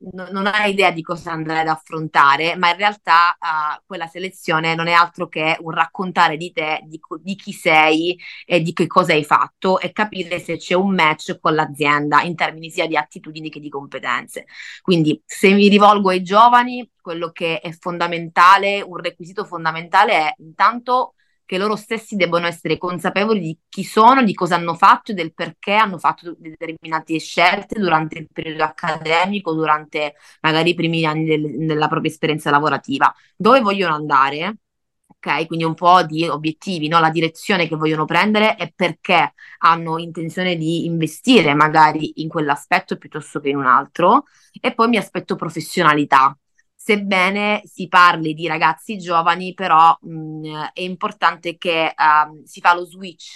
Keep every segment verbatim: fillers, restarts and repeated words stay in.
no- non hai idea di cosa andrai ad affrontare, ma in realtà uh, quella selezione non è altro che un raccontare di te, di, co- di chi sei e di che cosa hai fatto e capire se c'è un match con l'azienda in termini sia di attitudini che di competenze. Quindi se mi rivolgo ai giovani, quello che è fondamentale, un requisito fondamentale è intanto che loro stessi debbono essere consapevoli di chi sono, di cosa hanno fatto e del perché hanno fatto determinate scelte durante il periodo accademico, durante magari i primi anni del- della propria esperienza lavorativa. Dove vogliono andare? Ok, quindi un po' di obiettivi, no? La direzione che vogliono prendere e perché hanno intenzione di investire magari in quell'aspetto piuttosto che in un altro. E poi mi aspetto professionalità. Sebbene si parli di ragazzi giovani, però mh, è importante che ehm, si fa lo switch.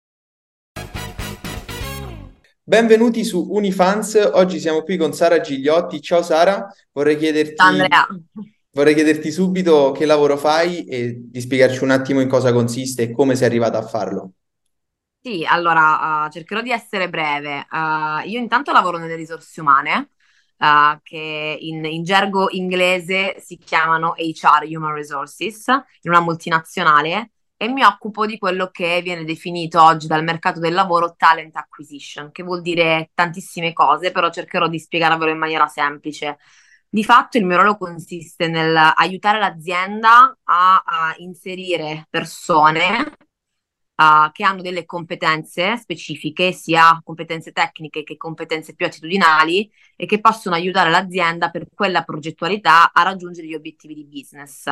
Benvenuti su Unifans, oggi siamo qui con Sara Gigliotti. Ciao Sara, vorrei chiederti, Andrea. vorrei chiederti subito che lavoro fai e di spiegarci un attimo in cosa consiste e come sei arrivata a farlo. Sì, allora, uh, cercherò di essere breve. Uh, io intanto lavoro nelle risorse umane, uh, che in, in gergo inglese si chiamano H R, Human Resources, in una multinazionale, e mi occupo di quello che viene definito oggi dal mercato del lavoro talent acquisition, che vuol dire tantissime cose, però cercherò di spiegarvelo in maniera semplice. Di fatto il mio ruolo consiste nel aiutare l'azienda a a inserire persone uh, che hanno delle competenze specifiche, sia competenze tecniche che competenze più attitudinali, e che possono aiutare l'azienda per quella progettualità a raggiungere gli obiettivi di business.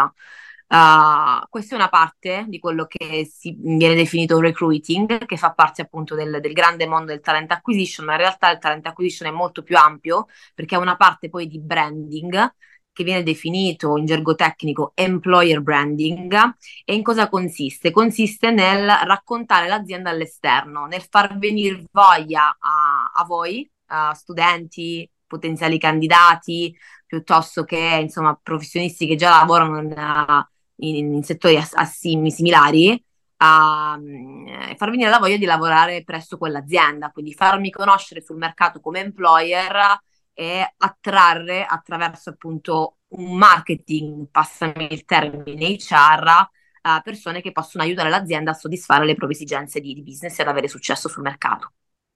Uh, questa è una parte di quello che si viene definito recruiting, che fa parte appunto del, del grande mondo del talent acquisition, ma in realtà il talent acquisition è molto più ampio perché è una parte poi di branding che viene definito in gergo tecnico employer branding. E in cosa consiste? Consiste nel raccontare l'azienda all'esterno, nel far venire voglia a, a voi, a studenti, potenziali candidati, piuttosto che insomma professionisti che già lavorano in, in, in settori as- assim- similari, a mm, far venire la voglia di lavorare presso quell'azienda, quindi farmi conoscere sul mercato come employer e attrarre attraverso appunto un marketing, passami il termine H R, a persone che possono aiutare l'azienda a soddisfare le proprie esigenze di, di business e ad avere successo sul mercato.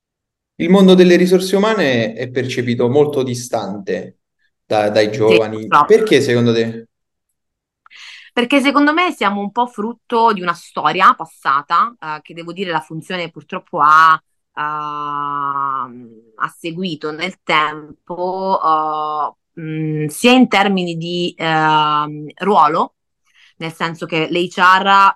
Il mondo delle risorse umane è percepito molto distante da- dai Sì, giovani. purtroppo. Perché secondo te? Perché secondo me siamo un po' frutto di una storia passata, eh, che devo dire la funzione purtroppo ha, ha- ha seguito nel tempo, eh, mh, sia in termini di ehm, ruolo, nel senso che l'H R,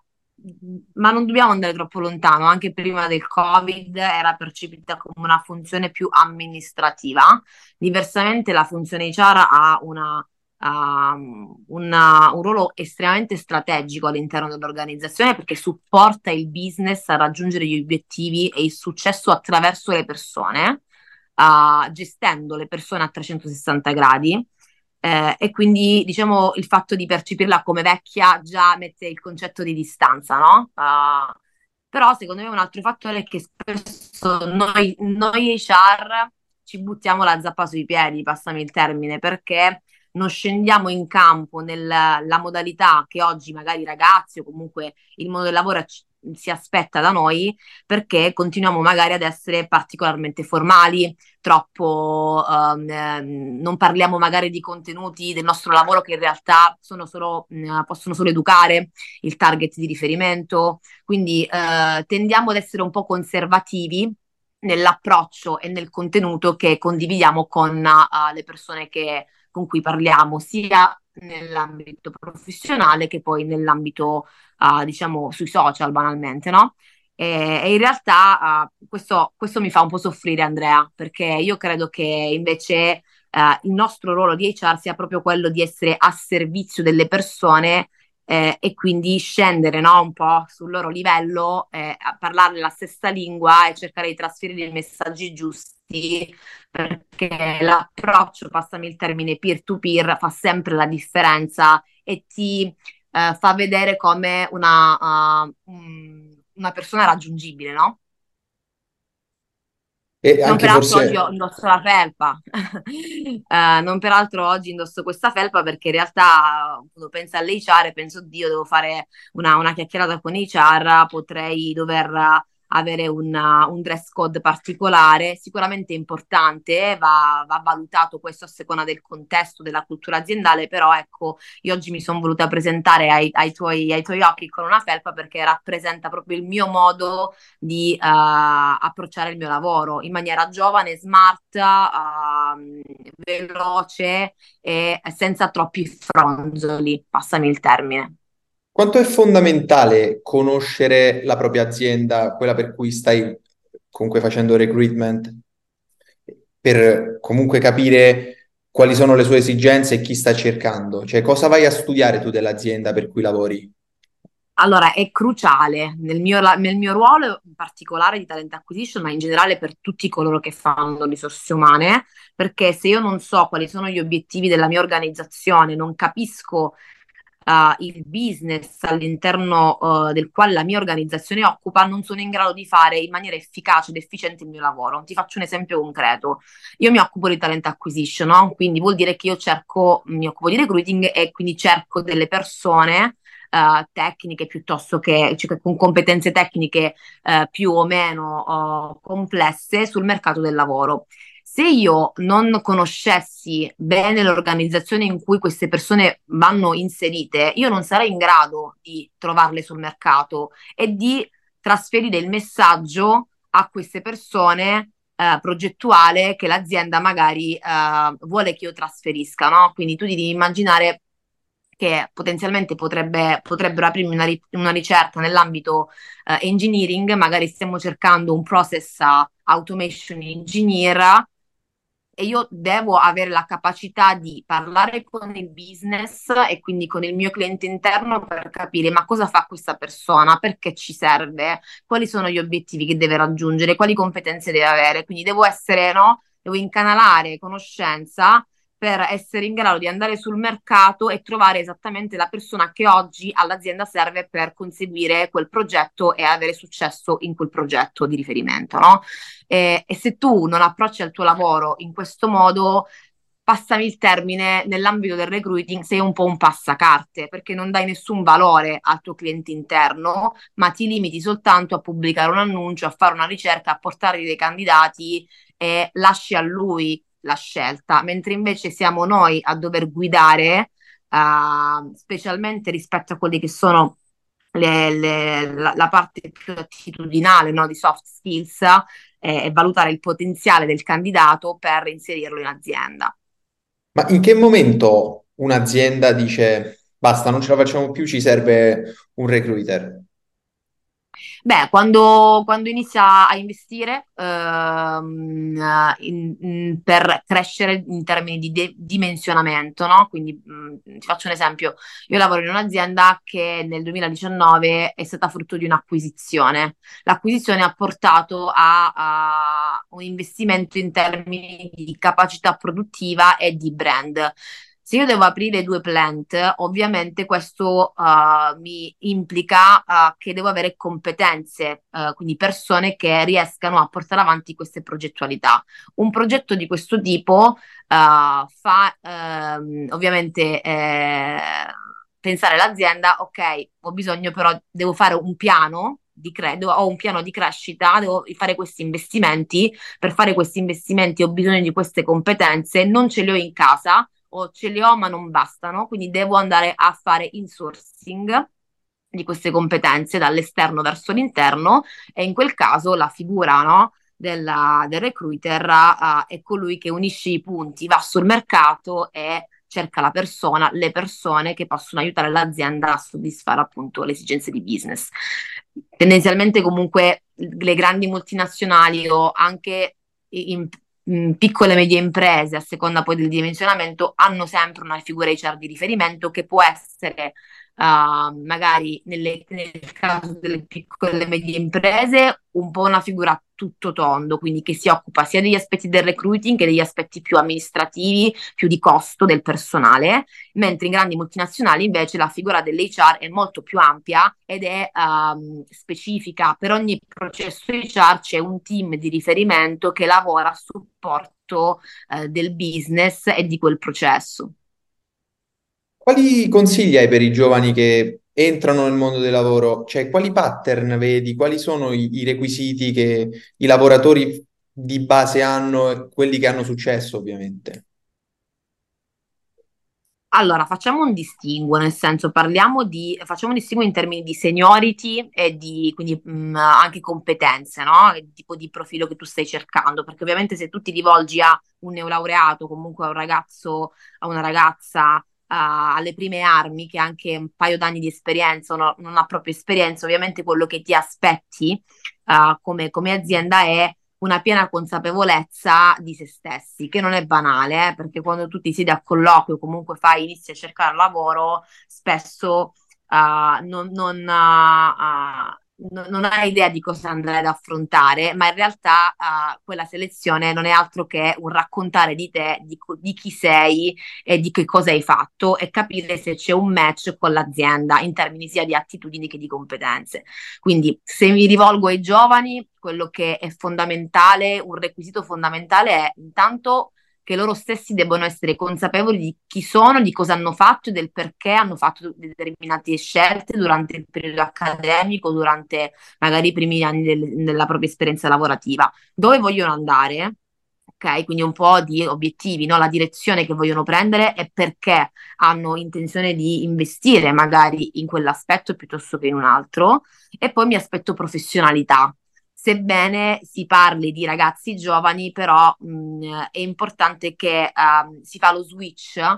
ma non dobbiamo andare troppo lontano, anche prima del Covid era percepita come una funzione più amministrativa. Diversamente la funzione H R ha una ha una- un ruolo estremamente strategico all'interno dell'organizzazione perché supporta il business a raggiungere gli obiettivi e il successo attraverso le persone, ah, gestendo le persone a trecentosessanta gradi. Eh, e quindi diciamo il fatto di percepirla come vecchia già mette il concetto di distanza, no? Ah, però secondo me un altro fattore è che spesso noi, noi H R ci buttiamo la zappa sui piedi, passami il termine, perché non scendiamo in campo nella la modalità che oggi magari i ragazzi o comunque il mondo del lavoro ci- si aspetta da noi, perché continuiamo magari ad essere particolarmente formali, troppo, ehm, ehm, non parliamo magari di contenuti del nostro lavoro che in realtà sono solo, mh, possono solo educare il target di riferimento, quindi eh, tendiamo ad essere un po' conservativi nell'approccio e nel contenuto che condividiamo con uh, le persone che, con cui parliamo, sia nell'ambito professionale che poi nell'ambito, uh, diciamo, sui social, banalmente, no? E, e in realtà uh, questo, questo mi fa un po' soffrire, Andrea, perché io credo che invece uh, il nostro ruolo di H R sia proprio quello di essere a servizio delle persone, eh, e quindi scendere, no, un po' sul loro livello, eh, a parlare la stessa lingua e cercare di trasferire i messaggi giusti, perché l'approccio, passami il termine peer-to-peer, fa sempre la differenza e ti eh, fa vedere come una, uh, un- una persona raggiungibile, no? E Non anche peraltro oggi forse... ho- indosso la felpa. Eh, non peraltro oggi indosso questa felpa perché in realtà quando penso all'H R penso, Dio, devo fare una, una chiacchierata con H R, potrei dover avere una- un dress code particolare, sicuramente importante, va, va valutato questo a seconda del contesto, della cultura aziendale, però ecco, io oggi mi sono voluta presentare ai, ai tuoi, ai tuoi occhi con una felpa perché rappresenta proprio il mio modo di eh, approcciare il mio lavoro in maniera giovane, smart, ehm, veloce e senza troppi fronzoli, passami il termine. Quanto è fondamentale conoscere la propria azienda, quella per cui stai comunque facendo recruitment, per comunque capire quali sono le sue esigenze e chi sta cercando? Cioè, cosa vai a studiare tu dell'azienda per cui lavori? Allora, è cruciale nel mio, la- nel mio ruolo in particolare di talent acquisition, ma in generale per tutti coloro che fanno risorse umane, perché se io non so quali sono gli obiettivi della mia organizzazione, non capisco eh, il business all'interno eh, del quale la mia organizzazione occupa, non sono in grado di fare in maniera efficace ed efficiente il mio lavoro. Ti faccio un esempio concreto. Io mi occupo di talent acquisition, no? Quindi vuol dire che io cerco, mi occupo di recruiting e quindi cerco delle persone eh, tecniche piuttosto che cioè, con competenze tecniche eh, più o meno oh, complesse sul mercato del lavoro. Se io non conoscessi bene l'organizzazione in cui queste persone vanno inserite, io non sarei in grado di trovarle sul mercato e di trasferire il messaggio a queste persone eh, progettuale che l'azienda magari eh, vuole che io trasferisca, no? Quindi tu devi immaginare che potenzialmente potrebbe, potrebbero aprirmi una, ri- una ricerca nell'ambito eh, engineering, magari stiamo cercando un process uh, automation engineer e io devo avere la capacità di parlare con il business e quindi con il mio cliente interno per capire ma cosa fa questa persona, perché ci serve, quali sono gli obiettivi che deve raggiungere, quali competenze deve avere. Quindi devo essere, no? Devo incanalare conoscenza per essere in grado di andare sul mercato e trovare esattamente la persona che oggi all'azienda serve per conseguire quel progetto e avere successo in quel progetto di riferimento, no? E, e se tu non approcci al tuo lavoro in questo modo, passami il termine, nell'ambito del recruiting sei un po' un passacarte perché non dai nessun valore al tuo cliente interno, ma ti limiti soltanto a pubblicare un annuncio, a fare una ricerca, a portare dei candidati e lasci a lui la scelta, mentre invece siamo noi a dover guidare, uh, specialmente rispetto a quelli che sono le, le, la, la parte più attitudinale, no, di soft skills eh, e valutare il potenziale del candidato per inserirlo in azienda. Ma in che momento un'azienda dice basta, non ce la facciamo più, ci serve un recruiter? Beh, quando, quando inizia a investire ehm, in- in- per crescere in termini di de- dimensionamento, no? Quindi mh, ti faccio un esempio. Io lavoro in un'azienda che nel duemiladiciannove è stata frutto di un'acquisizione. L'acquisizione ha portato a, a un investimento in termini di capacità produttiva e di brand. Se io devo aprire due plant, ovviamente questo uh, mi implica uh, che devo avere competenze, uh, quindi persone che riescano a portare avanti queste progettualità. Un progetto di questo tipo uh, fa ehm, ovviamente eh, pensare all'azienda, ok, ho bisogno però, devo fare un piano di cre- ho un piano di crescita, devo fare questi investimenti, per fare questi investimenti ho bisogno di queste competenze, non ce le ho in casa o ce li ho ma non bastano, quindi devo andare a fare insourcing di queste competenze dall'esterno verso l'interno e in quel caso la figura, no, della- del recruiter uh, è colui che unisce i punti, va sul mercato e cerca la persona, le persone che possono aiutare l'azienda a soddisfare appunto le esigenze di business. Tendenzialmente comunque le grandi multinazionali o anche in, in piccole e medie imprese, a seconda poi del dimensionamento, hanno sempre una figura H R di riferimento che può essere uh, magari nelle- nel caso delle piccole e medie imprese, un po' una figura a tutto tondo, quindi che si occupa sia degli aspetti del recruiting che degli aspetti più amministrativi, più di costo del personale, mentre in grandi multinazionali invece la figura dell'H R è molto più ampia ed è um, specifica. Per ogni processo H R c'è un team di riferimento che lavora a supporto uh, del business e di quel processo. Quali consigli hai per i giovani che entrano nel mondo del lavoro? Cioè, quali pattern vedi? Quali sono i, i requisiti che i lavoratori di base hanno e quelli che hanno successo, ovviamente? Allora, facciamo un distinguo, nel senso parliamo di, facciamo un distinguo in termini di seniority e di quindi mh, anche competenze, no? Il tipo di profilo che tu stai cercando, perché ovviamente se tu ti rivolgi a un neolaureato, comunque a un ragazzo, a una ragazza, uh, alle prime armi, che ha anche un paio d'anni di esperienza o no- non ha proprio esperienza, ovviamente quello che ti aspetti, uh, come, come azienda è una piena consapevolezza di se stessi, che non è banale, eh, perché quando tu ti siedi a colloquio, comunque fai, inizi a cercare lavoro, spesso uh, non, non, uh, uh, non hai idea di cosa andrai ad affrontare, ma in realtà uh, quella selezione non è altro che un raccontare di te, di, di chi sei e di che cosa hai fatto e capire se c'è un match con l'azienda in termini sia di attitudini che di competenze. Quindi se mi rivolgo ai giovani, quello che è fondamentale, un requisito fondamentale è intanto che loro stessi debbano essere consapevoli di chi sono, di cosa hanno fatto e del perché hanno fatto determinate scelte durante il periodo accademico, durante magari i primi anni del- della propria esperienza lavorativa. Dove vogliono andare? Ok, quindi un po' di obiettivi, no? La direzione che vogliono prendere e perché hanno intenzione di investire magari in quell'aspetto piuttosto che in un altro. E poi mi aspetto professionalità. Sebbene si parli di ragazzi giovani, però mh, è importante che ehm, si fa lo switch eh,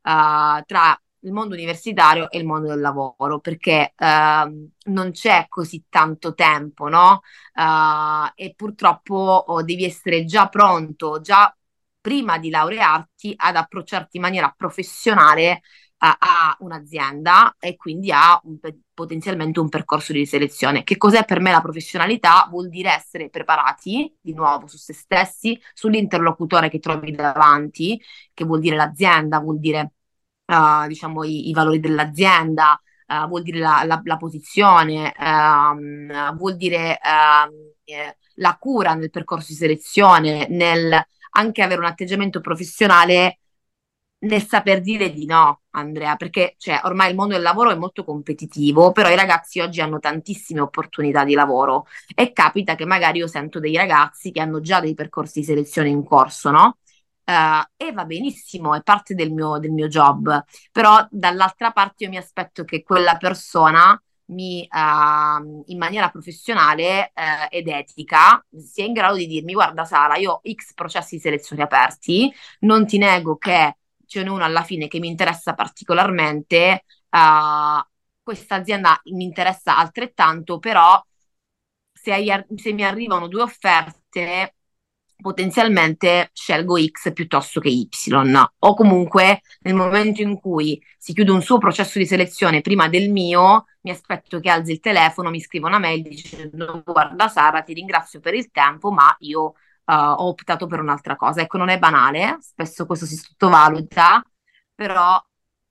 tra il mondo universitario e il mondo del lavoro, perché ehm, non c'è così tanto tempo, no? Uh, e purtroppo oh, devi essere già pronto, già prima di laurearti, ad approcciarti in maniera professionale a, a un'azienda e quindi a un, potenzialmente un percorso di selezione. Che cos'è per me la professionalità? Vuol dire essere preparati di nuovo su se stessi, sull'interlocutore che trovi davanti, che vuol dire l'azienda, vuol dire uh, diciamo i, i valori dell'azienda. Uh, vuol dire la, la, la posizione, ehm, vuol dire ehm, eh, la cura nel percorso di selezione, nel anche avere un atteggiamento professionale nel saper dire di no, Andrea, perché cioè, ormai il mondo del lavoro è molto competitivo, però i ragazzi oggi hanno tantissime opportunità di lavoro e capita che magari io sento dei ragazzi che hanno già dei percorsi di selezione in corso, no? Uh, e va benissimo, è parte del mio, del mio job, però dall'altra parte io mi aspetto che quella persona mi, uh, in maniera professionale uh, ed etica sia in grado di dirmi: guarda Sara, io ho X processi di selezione aperti, non ti nego che ce n'è uno alla fine che mi interessa particolarmente, uh, questa azienda mi interessa altrettanto, però se, hai- se mi arrivano due offerte, potenzialmente scelgo X piuttosto che Y, o comunque nel momento in cui si chiude un suo processo di selezione prima del mio, mi aspetto che alzi il telefono, mi scriva una mail dicendo: guarda Sara, ti ringrazio per il tempo, ma io Uh, ho optato per un'altra cosa. Ecco, non è banale, spesso questo si sottovaluta, però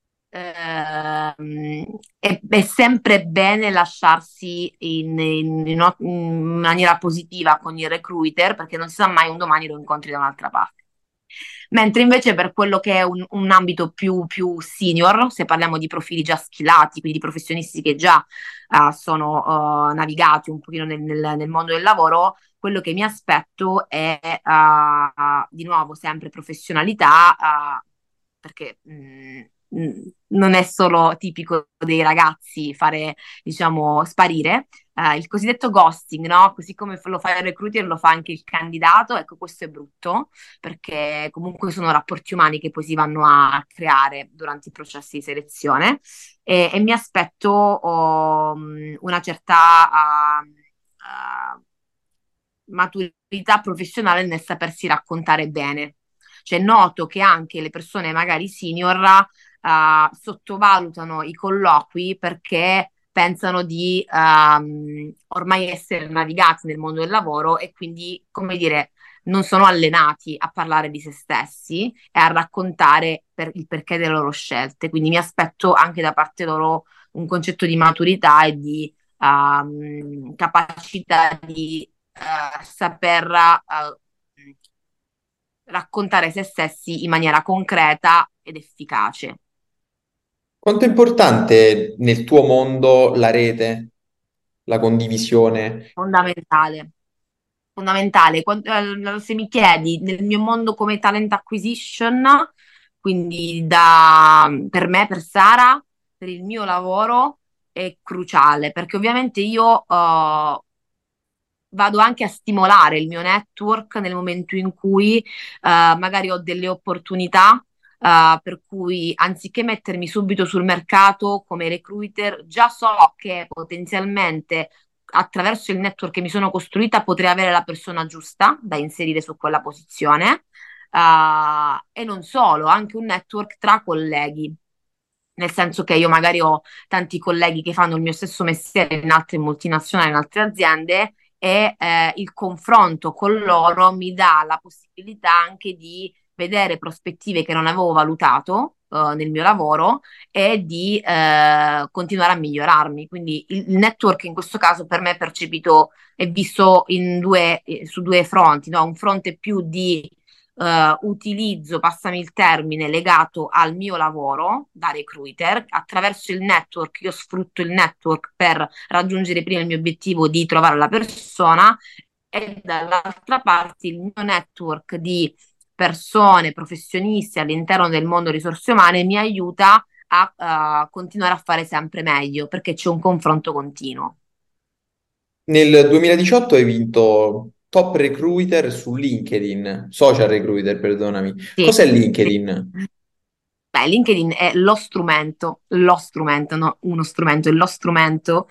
ehm, è, è sempre bene lasciarsi in, in- in o- in maniera positiva con il recruiter, perché non si sa mai, un domani lo incontri da un'altra parte. Mentre invece per quello che è un, un ambito più, più senior, se parliamo di profili già skillati, quindi di professionisti che già uh, sono uh, navigati un pochino nel, nel- nel mondo del lavoro, quello che mi aspetto è uh, di nuovo sempre professionalità, uh, perché mh, mh, non è solo tipico dei ragazzi fare, diciamo, sparire. Uh, il cosiddetto ghosting, no? Così come lo fa il recruiter, lo fa anche il candidato. Ecco, questo è brutto perché comunque sono rapporti umani che poi si vanno a creare durante i processi di selezione e, e mi aspetto oh, una certa uh, uh, maturità professionale nel sapersi raccontare bene. Cioè, noto che anche le persone magari senior uh, sottovalutano i colloqui perché pensano di um, ormai essere navigati nel mondo del lavoro e quindi, come dire, non sono allenati a parlare di se stessi e a raccontare per il perché delle loro scelte. Quindi mi aspetto anche da parte loro un concetto di maturità e di um, capacità di uh, saper uh, raccontare se stessi in maniera concreta ed efficace. Quanto è importante nel tuo mondo la rete, la condivisione? Fondamentale. Fondamentale. Quan- eh, Se mi chiedi, nel mio mondo come talent acquisition, quindi da, per me, per Sara, per il mio lavoro, è cruciale perché ovviamente io eh, vado anche a stimolare il mio network nel momento in cui eh, magari ho delle opportunità, eh, per cui anziché mettermi subito sul mercato come recruiter, già so che potenzialmente attraverso il network che mi sono costruita potrei avere la persona giusta da inserire su quella posizione. Uh, e non solo, anche un network tra colleghi, nel senso che io magari ho tanti colleghi che fanno il mio stesso mestiere in altre multinazionali, in altre aziende e eh, il confronto con loro mi dà la possibilità anche di vedere prospettive che non avevo valutato eh, nel mio lavoro e di eh, continuare a migliorarmi. Quindi il, il network in questo caso per me è percepito e visto in due, eh, su due fronti, no? Un fronte più di eh, utilizzo, passami il termine, legato al mio lavoro da recruiter. Attraverso il network, io sfrutto il network per raggiungere prima il mio obiettivo di trovare la persona e dall'altra parte il mio network di persone, professionisti all'interno del mondo risorse umane mi aiuta a, a continuare a fare sempre meglio perché c'è un confronto continuo. Nel duemiladiciotto hai vinto Top Recruiter su LinkedIn, Social Recruiter, perdonami. Sì, Cos'è sì. LinkedIn? Beh, LinkedIn è lo strumento, lo strumento, no, uno strumento, è lo strumento,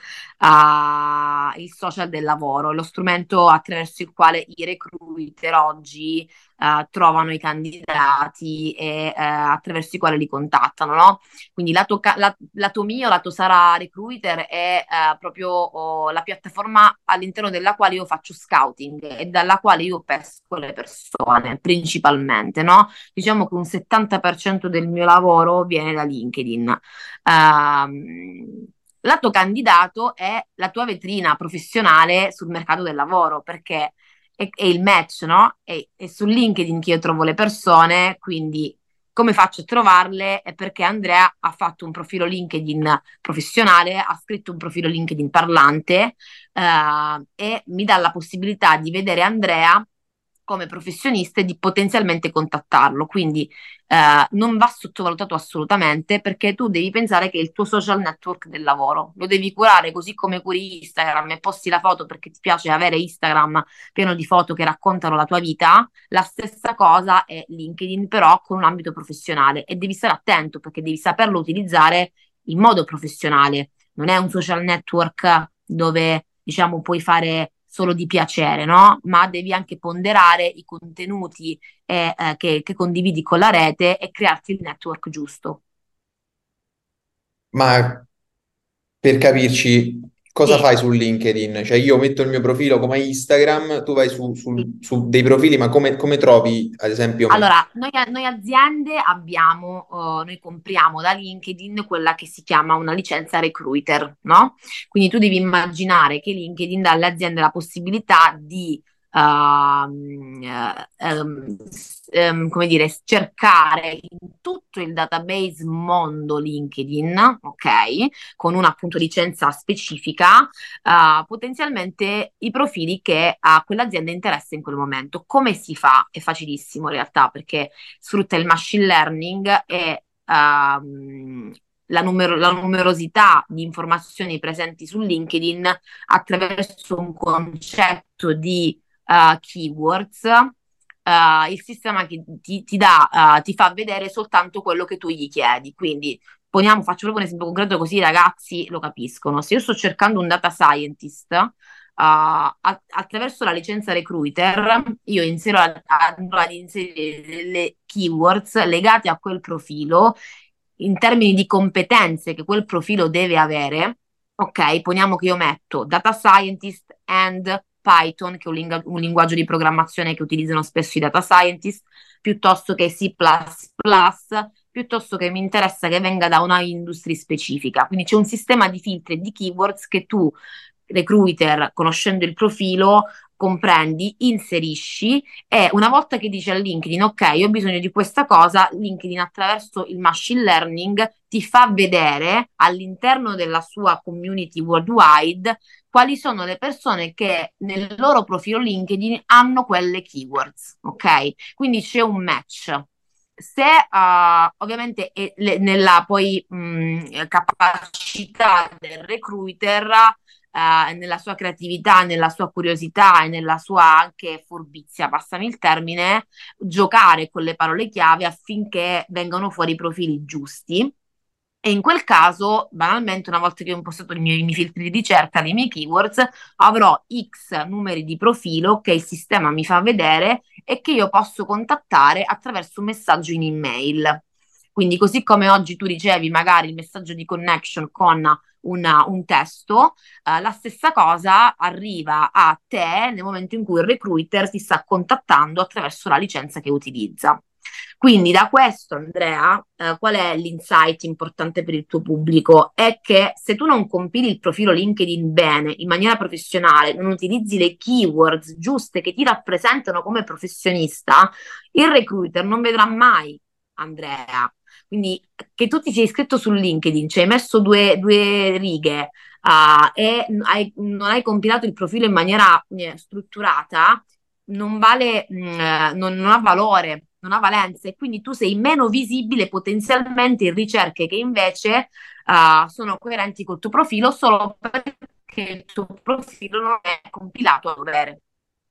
ah, il social del lavoro, lo strumento attraverso il quale i recruiter oggi ah, trovano i candidati e eh, attraverso i quali li contattano, no? Quindi lato, ca- la- lato mio, lato Sara Recruiter è eh, proprio oh, la piattaforma all'interno della quale io faccio scouting e dalla quale io pesco le persone principalmente, no? Diciamo che un settanta per cento del mio lavoro viene da LinkedIn. Ehm, lato candidato è la tua vetrina professionale sul mercato del lavoro, perché è, è il match, no? È, è su LinkedIn che io trovo le persone, quindi come faccio a trovarle? È perché Andrea ha fatto un profilo LinkedIn professionale, ha scritto un profilo LinkedIn parlante, eh, e mi dà la possibilità di vedere Andrea come professionista e di potenzialmente contattarlo. Quindi eh, non va sottovalutato assolutamente perché tu devi pensare che è il tuo social network del lavoro, lo devi curare così come curi Instagram e posti la foto perché ti piace avere Instagram pieno di foto che raccontano la tua vita. La stessa cosa è LinkedIn, però con un ambito professionale e devi stare attento perché devi saperlo utilizzare in modo professionale. Non è un social network dove diciamo puoi fare solo di piacere, no? Ma devi anche ponderare i contenuti eh, eh, che, che condividi con la rete e crearti il network giusto. Ma per capirci, cosa Sì, fai su LinkedIn? Cioè io metto il mio profilo come Instagram, tu vai su, sì. sul- su dei profili, ma come, come trovi, ad esempio, Allora, noi, noi aziende abbiamo, eh, noi compriamo da LinkedIn quella che si chiama una licenza recruiter, no? Quindi tu devi immaginare che LinkedIn dà alle aziende la possibilità di, ehm, eh, ehm, s- ehm, come dire, cercare in tutto il database mondo LinkedIn, ok? Con una appunto licenza specifica uh, potenzialmente i profili che a quell'azienda interessa in quel momento. Come si fa? È facilissimo in realtà perché sfrutta il machine learning e ehm, la, numero- la numerosità di informazioni presenti su LinkedIn attraverso un concetto di eh, keywords. eh, il sistema che ti, ti dà, eh, ti fa vedere soltanto quello che tu gli chiedi. Quindi poniamo, faccio proprio un esempio concreto così i ragazzi lo capiscono. Se io sto cercando un data scientist, uh, a- attraverso la licenza recruiter, io inserò, andrò ad inserire delle keywords legate a quel profilo in termini di competenze che quel profilo deve avere, ok, poniamo che io metto data scientist and Python, che è un, lingu- un linguaggio di programmazione che utilizzano spesso i data scientist, piuttosto che C plus plus, piuttosto che mi interessa che venga da una industria specifica. Quindi c'è un sistema di filtri e di keywords che tu, recruiter, conoscendo il profilo, comprendi, inserisci e una volta che dici a LinkedIn, ok, io ho bisogno di questa cosa, LinkedIn attraverso il machine learning ti fa vedere all'interno della sua community worldwide quali sono le persone che nel loro profilo LinkedIn hanno quelle keywords, ok? Quindi c'è un match. Se uh, ovviamente è le, nella poi mh, capacità del recruiter, uh, nella sua creatività, nella sua curiosità e nella sua anche furbizia, passami il termine, giocare con le parole chiave affinché vengano fuori i profili giusti. E in quel caso, banalmente, una volta che ho impostato i miei, i miei filtri di ricerca, dei miei keywords, avrò X numeri di profilo che il sistema mi fa vedere e che io posso contattare attraverso un messaggio in email. Quindi, così come oggi tu ricevi magari il messaggio di connection con una- un testo, eh, la stessa cosa arriva a te nel momento in cui il recruiter ti sta contattando attraverso la licenza che utilizza. Quindi da questo, Andrea, eh, qual è l'insight importante per il tuo pubblico? È che se tu non compili il profilo LinkedIn bene, in maniera professionale, non utilizzi le keywords giuste che ti rappresentano come professionista, il recruiter non vedrà mai Andrea. Quindi che tu ti sei iscritto su LinkedIn, ci hai messo due, due righe, uh, e hai, non hai compilato il profilo in maniera eh, strutturata, non vale, mh, eh, non, non ha valore, non ha valenza e quindi tu sei meno visibile potenzialmente in ricerche che invece uh, sono coerenti col tuo profilo solo perché il tuo profilo non è compilato a dovere.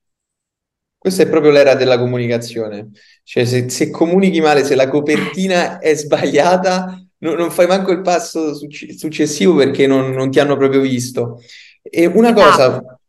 Questa è proprio l'era della comunicazione. Cioè, se, se comunichi male, se la Eh sì, copertina è sbagliata, no- non fai manco il passo succe- successivo perché non, non ti hanno proprio visto. E una cosa, esatto,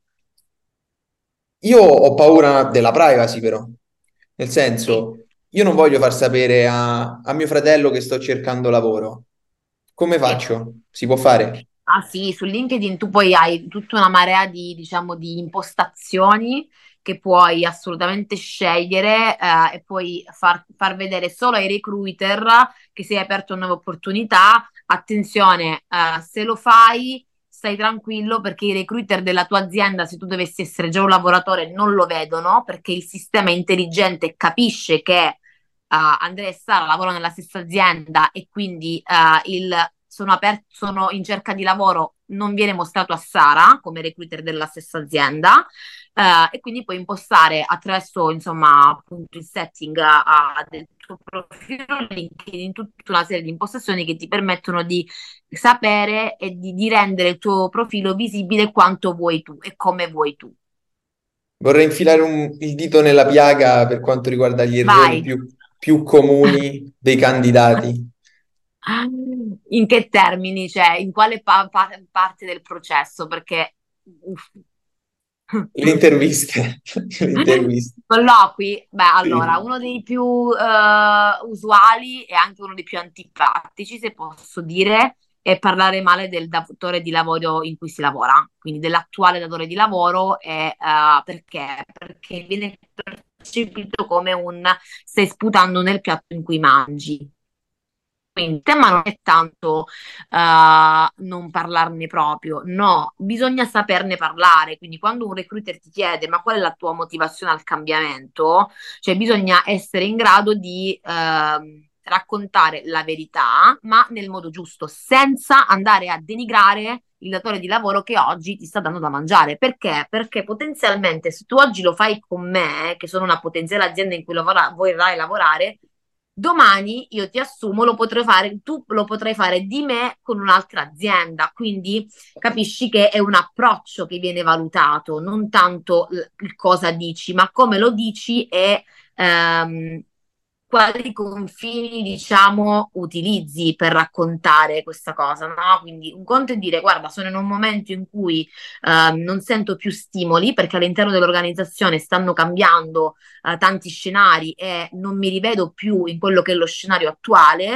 io ho paura della privacy, però. Nel sì, senso, io non voglio far sapere a, a mio fratello che sto cercando lavoro. Come sì. faccio? Si può fare? Ah sì, su LinkedIn tu poi hai tutta una marea di, diciamo, di impostazioni che puoi assolutamente scegliere eh, e puoi far, far vedere solo ai recruiter che sei aperto a nuove opportunità. Attenzione, eh, se lo fai, stai tranquillo perché i recruiter della tua azienda, se tu dovessi essere già un lavoratore, non lo vedono perché il sistema è intelligente e capisce che uh, Andrea e Sara lavorano nella stessa azienda e quindi uh, il, sono, aper- sono in cerca di lavoro non viene mostrato a Sara come recruiter della stessa azienda uh, e quindi puoi impostare attraverso insomma appunto il setting uh, del tuo profilo LinkedIn tutta una serie di impostazioni che ti permettono di sapere e di, di rendere il tuo profilo visibile quanto vuoi tu e come vuoi tu. Vorrei infilare un- il dito nella piaga per quanto riguarda gli errori Vai. più, più comuni dei candidati. In che termini, cioè in quale pa- pa- parte del processo? Perché uff. Le interviste, le interviste. Colloqui, beh, allora, Sì. uno dei più eh, usuali e anche uno dei più antipatici, se posso dire, è parlare male del datore di lavoro in cui si lavora, quindi dell'attuale datore di lavoro, e, eh, perché? Perché viene percepito come un stai sputando nel piatto in cui mangi. Quindi il tema non è tanto eh, non parlarne proprio, no, bisogna saperne parlare. Quindi quando un recruiter ti chiede ma qual è la tua motivazione al cambiamento, cioè bisogna essere in grado di ehm, raccontare la verità, ma nel modo giusto, senza andare a denigrare il datore di lavoro che oggi ti sta dando da mangiare. Perché? Perché potenzialmente se tu oggi lo fai con me, che sono una potenziale azienda in cui lavora- vorrai lavorare, domani io ti assumo, lo potrei fare, tu lo potrai fare di me con un'altra azienda, quindi capisci che è un approccio che viene valutato, non tanto l- il cosa dici, ma come lo dici e ehm, quali confini, diciamo, utilizzi per raccontare questa cosa, no? Quindi un conto è dire, guarda, sono in un momento in cui ehm, non sento più stimoli perché all'interno dell'organizzazione stanno cambiando eh, tanti scenari e non mi rivedo più in quello che è lo scenario attuale.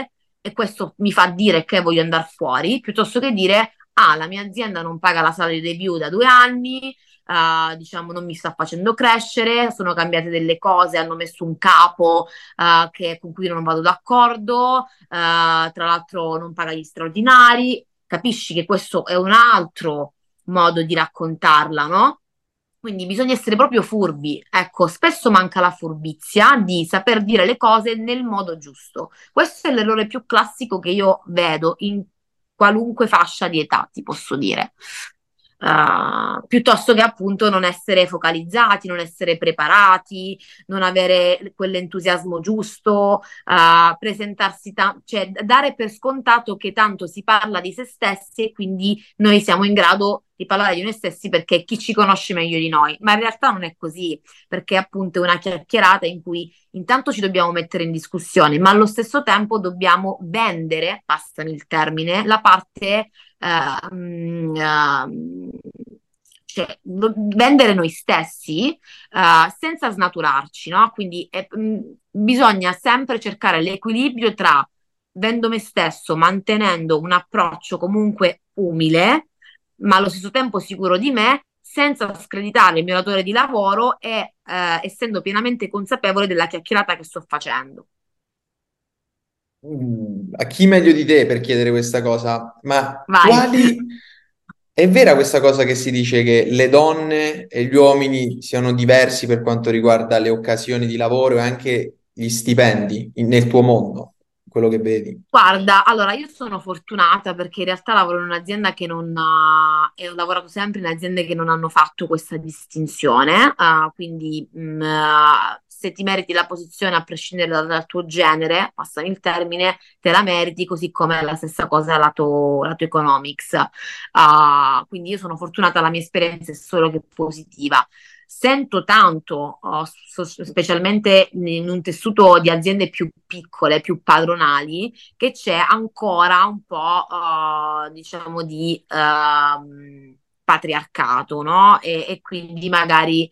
e questo mi fa dire che voglio andare fuori, piuttosto che dire, ah, la mia azienda non paga la salary review da due anni, eh, diciamo, non mi sta facendo crescere, sono cambiate delle cose, hanno messo un capo, eh, che- con cui non vado d'accordo, eh, tra l'altro non paga gli straordinari. Capisci che questo è un altro modo di raccontarla, no? Quindi bisogna essere proprio furbi. Ecco, spesso manca la furbizia di saper dire le cose nel modo giusto. Questo è l'errore più classico che io vedo in qualunque fascia di età, ti posso dire. Uh, piuttosto che appunto non essere focalizzati, non essere preparati, non avere quell'entusiasmo giusto, uh, presentarsi, ta- cioè dare per scontato che tanto si parla di se stessi e quindi noi siamo in grado di parlare di noi stessi perché chi ci conosce meglio di noi, ma in realtà non è così, perché appunto è una chiacchierata in cui intanto ci dobbiamo mettere in discussione, ma allo stesso tempo dobbiamo vendere, passami il termine, la parte eh, mm, eh, cioè, do- vendere noi stessi eh, senza snaturarci, no? Quindi è- mm, bisogna sempre cercare l'equilibrio tra vendo me stesso, mantenendo un approccio comunque umile, ma allo stesso tempo sicuro di me, senza screditare il mio datore di lavoro e eh, essendo pienamente consapevole della chiacchierata che sto facendo. Mm, a chi meglio di te per chiedere questa cosa? Ma Vai. quali... È vera questa cosa che si dice che le donne e gli uomini siano diversi per quanto riguarda le occasioni di lavoro e anche gli stipendi in- nel tuo mondo, quello che vedi? Guarda, allora io sono fortunata perché in realtà lavoro in un'azienda che non ha, e ho lavorato sempre in aziende che non hanno fatto questa distinzione, eh, quindi mh, eh, se ti meriti la posizione a prescindere dal, dal tuo genere, passami il termine, te la meriti, così come la stessa cosa lato, lato economics. Ah, quindi io sono fortunata, la mia esperienza è solo che positiva. Sento tanto, oh, so- specialmente in un tessuto di aziende più piccole, più padronali, che c'è ancora un po', eh, diciamo, di ehm, patriarcato, no? E, e quindi magari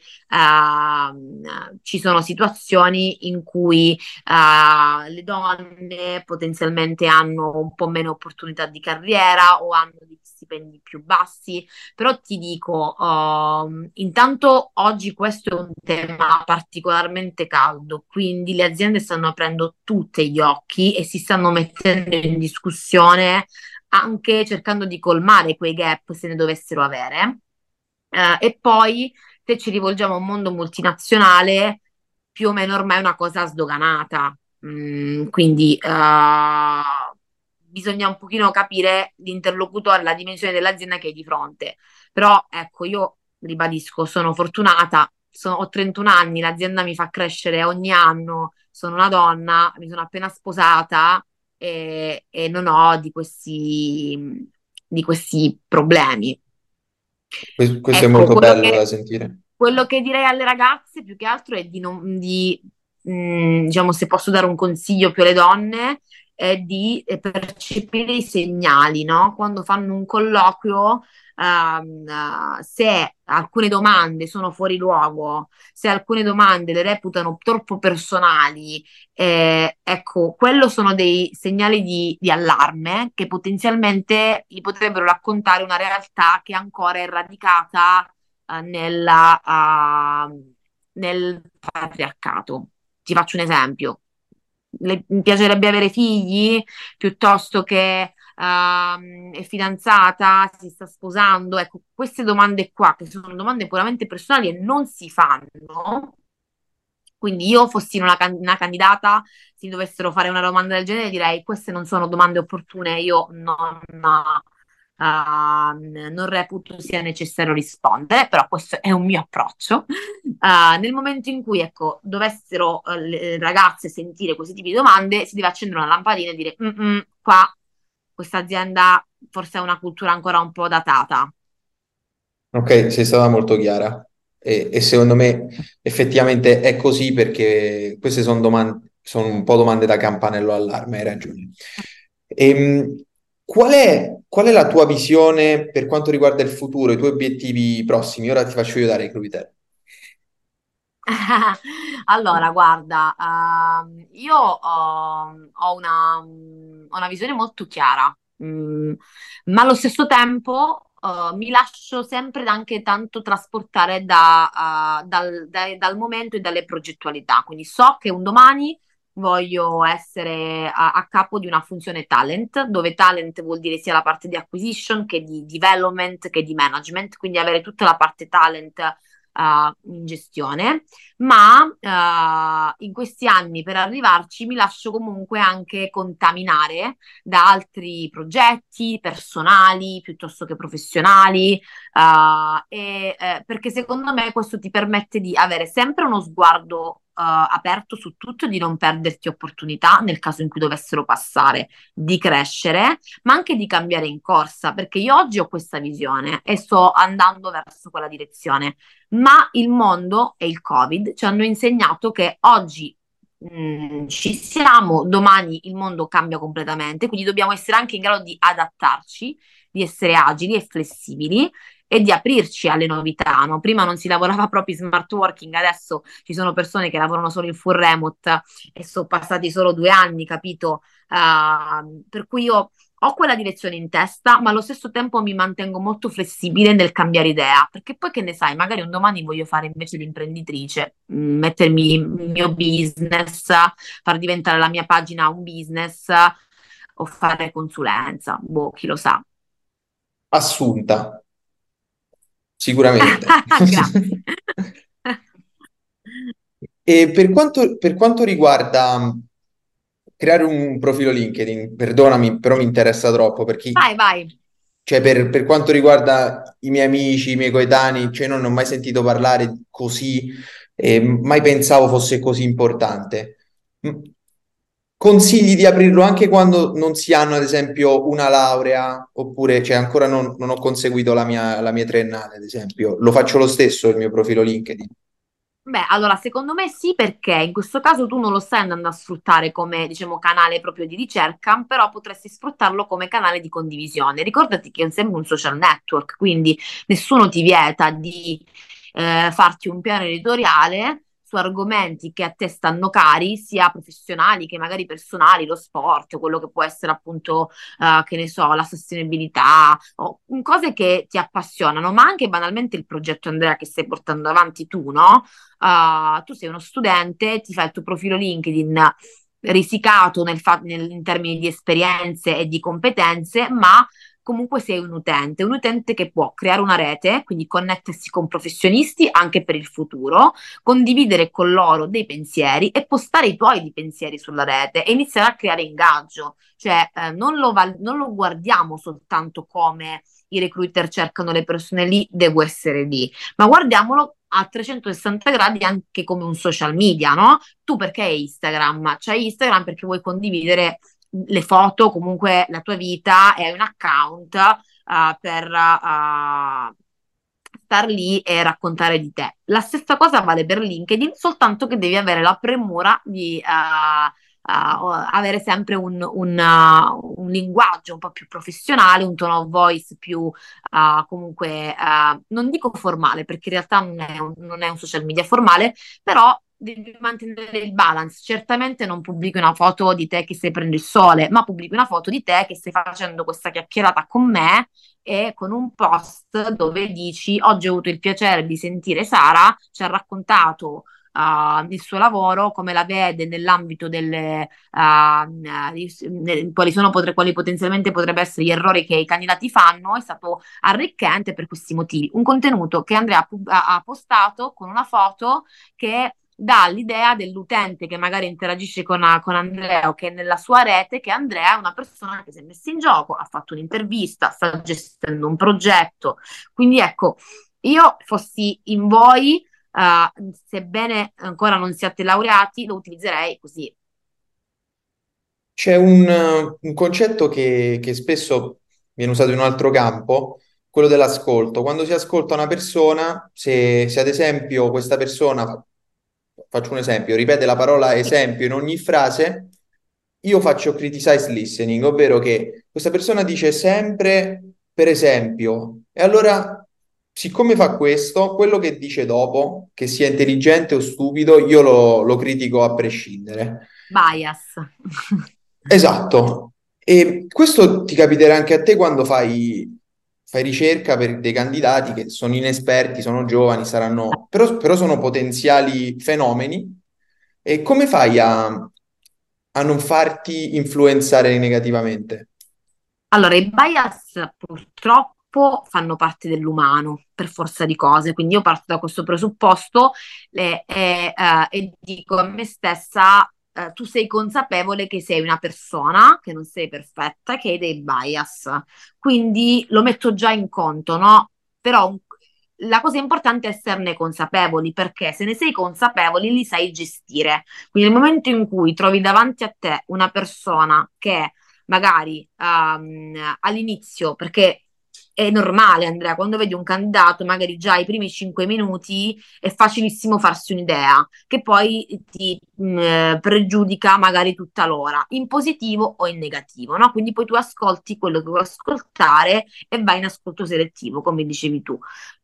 ehm, ci sono situazioni in cui eh, le donne potenzialmente hanno un po' meno opportunità di carriera o hanno degli stipendi più bassi, però ti dico, ehm, intanto oggi questo è un tema particolarmente caldo, quindi le aziende stanno aprendo tutti gli occhi e si stanno mettendo in discussione anche cercando di colmare quei gap se ne dovessero avere. Eh, e poi se ci rivolgiamo a un mondo multinazionale, più o meno ormai è una cosa sdoganata. Mm, quindi eh, bisogna un pochino capire l'interlocutore, la dimensione dell'azienda che hai di fronte. Però ecco, io ribadisco, sono fortunata, sono- ho trentuno anni, l'azienda mi fa crescere ogni anno, sono una donna, mi sono appena sposata e, e non ho di questi, di questi problemi. Que- Questo è Ecco, molto quello bello da che, sentire. quello che direi alle ragazze più che altro è di non, di, mh, diciamo, se posso dare un consiglio più alle donne, è di eh, percepire i segnali, no? Quando fanno un colloquio, ehm, eh, se alcune domande sono fuori luogo, se alcune domande le reputano troppo personali, eh, ecco, quello sono dei segnali di, di allarme che potenzialmente gli potrebbero raccontare una realtà che ancora è radicata eh, nella, ah, nel patriarcato. Ti faccio un esempio. Le mi piacerebbe avere figli piuttosto che ehm, è fidanzata, si sta sposando. Ecco, queste domande qua, che sono domande puramente personali e non si fanno. Quindi io fossi una, can- una candidata, se mi dovessero fare una domanda del genere, direi queste non sono domande opportune, io non, uh, non reputo sia necessario rispondere, però questo è un mio approccio. Uh, nel momento in cui, ecco, dovessero uh, le ragazze sentire questi tipi di domande, si deve accendere una lampadina e dire, "Mm-mm, qua questa azienda forse ha una cultura ancora un po' datata." Ok, sei stata molto chiara e, e secondo me effettivamente è così perché queste sono domande, sono un po' domande da campanello allarme, hai ragione. Ehm, qual è, qual è la tua visione per quanto riguarda il futuro, i tuoi obiettivi prossimi? Ora ti faccio io dare i criteri. Allora, guarda, ehm, io ho, ho una, ho una visione molto chiara, mm, ma allo stesso tempo eh, mi lascio sempre anche tanto trasportare da, eh, dal, dai- dal momento e dalle progettualità. Quindi so che un domani voglio essere a, a capo di una funzione talent, dove talent vuol dire sia la parte di acquisition che di development che di management, quindi avere tutta la parte talent eh, in gestione, ma eh, in questi anni per arrivarci mi lascio comunque anche contaminare da altri progetti personali piuttosto che professionali, eh, e, eh, perché secondo me questo ti permette di avere sempre uno sguardo eh, aperto su tutto e di non perderti opportunità nel caso in cui dovessero passare, di crescere, ma anche di cambiare in corsa, perché io oggi ho questa visione e sto andando verso quella direzione, ma il mondo e il Covid ci hanno insegnato che oggi mh, ci siamo, domani il mondo cambia completamente, quindi dobbiamo essere anche in grado di adattarci, di essere agili e flessibili e di aprirci alle novità, no? Prima non si lavorava proprio in smart working, adesso ci sono persone che lavorano solo in full remote e sono passati solo due anni, capito? Uh, per cui io ho quella direzione in testa, ma allo stesso tempo mi mantengo molto flessibile nel cambiare idea, perché poi che ne sai, magari un domani voglio fare invece l'imprenditrice, mh, mettermi il mio business, far diventare la mia pagina un business o fare consulenza, boh, chi lo sa. Assunta, sicuramente. Grazie. E per quanto, per quanto riguarda mh, creare un profilo LinkedIn, perdonami, però mi interessa troppo perché, Vai, vai. cioè, per, per quanto riguarda i miei amici, i miei coetanei, cioè, non ne ho mai sentito parlare così, e mai pensavo fosse così importante. Mm, Consigli di aprirlo anche quando non si hanno, ad esempio, una laurea, oppure, cioè, ancora non, non ho conseguito la mia, la mia triennale, ad esempio. Lo faccio lo stesso il mio profilo LinkedIn. Beh, allora secondo me sì, perché in questo caso tu non lo stai andando a sfruttare come, diciamo, canale proprio di ricerca, però potresti sfruttarlo come canale di condivisione. Ricordati che è sempre un social network, quindi nessuno ti vieta di eh, farti un piano editoriale su argomenti che a te stanno cari, sia professionali che magari personali, lo sport, quello che può essere appunto, eh, che ne so, la sostenibilità, o cose che ti appassionano, ma anche banalmente il progetto Andrea che stai portando avanti tu, no? Uh, tu sei uno studente, ti fai il tuo profilo LinkedIn risicato nel fa- nel- in termini di esperienze e di competenze, ma comunque sei un utente, un utente che può creare una rete, quindi connettersi con professionisti anche per il futuro, condividere con loro dei pensieri e postare i tuoi di pensieri sulla rete e iniziare a creare ingaggio. Cioè, eh, non lo, val- non lo guardiamo soltanto come i recruiter cercano le persone lì, devo essere lì, ma guardiamolo a trecentosessanta gradi anche come un social media, no? Tu perché hai Instagram? C'hai Instagram perché vuoi condividere le foto, comunque la tua vita e hai un account uh, per uh, star lì e raccontare di te. La stessa cosa vale per LinkedIn, soltanto che devi avere la premura di uh, uh, avere sempre un, un, uh, un linguaggio un po' più professionale, un tone of voice più uh, comunque, uh, non dico formale, perché in realtà non è un, non è un social media formale, però devi mantenere il balance. Certamente non pubblichi una foto di te che stai prendendo il sole, ma pubblichi una foto di te che stai facendo questa chiacchierata con me e con un post dove dici: Oggi ho avuto il piacere di sentire Sara, ci ha raccontato uh, il suo lavoro, come la vede nell'ambito delle uh, di- quali sono potre- quali potenzialmente potrebbero essere gli errori che i candidati fanno, è stato arricchente per questi motivi. Un contenuto che Andrea ha, pub- ha ha postato con una foto che dà l'idea dell'utente che magari interagisce con, con Andrea o che è nella sua rete, che Andrea è una persona che si è messa in gioco, ha fatto un'intervista, sta gestendo un progetto. Quindi ecco, io fossi in voi, uh, sebbene ancora non siate laureati, lo utilizzerei così. C'è un, eh, un concetto che, che spesso viene usato in un altro campo, quello dell'ascolto. Quando si ascolta una persona, se, se ad esempio questa persona, fa- faccio un esempio, ripete la parola esempio in ogni frase, io faccio criticize listening, ovvero che questa persona dice sempre per esempio, e allora siccome fa questo, quello che dice dopo, che sia intelligente o stupido, io lo, lo critico a prescindere. Bias. Esatto. E questo ti capiterà anche a te quando fai, fai ricerca per dei candidati che sono inesperti, sono giovani, saranno, però, però sono potenziali fenomeni. E come fai a, a non farti influenzare negativamente? Allora, i bias purtroppo fanno parte dell'umano per forza di cose, quindi io parto da questo presupposto eh, e, eh, e dico a me stessa, eh, tu sei consapevole che sei una persona, che non sei perfetta, che hai dei bias, quindi lo metto già in conto, no? Però un- la cosa importante è esserne consapevoli, perché se ne sei consapevoli li sai gestire. Quindi nel momento in cui trovi davanti a te una persona che magari um, all'inizio, perché è normale, Andrea, quando vedi un candidato, magari già i primi cinque minuti è facilissimo farsi un'idea, che poi ti mh, pregiudica magari tutta l'ora, in positivo o in negativo, no? Quindi poi tu ascolti quello che vuoi ascoltare e vai in ascolto selettivo, come dicevi tu.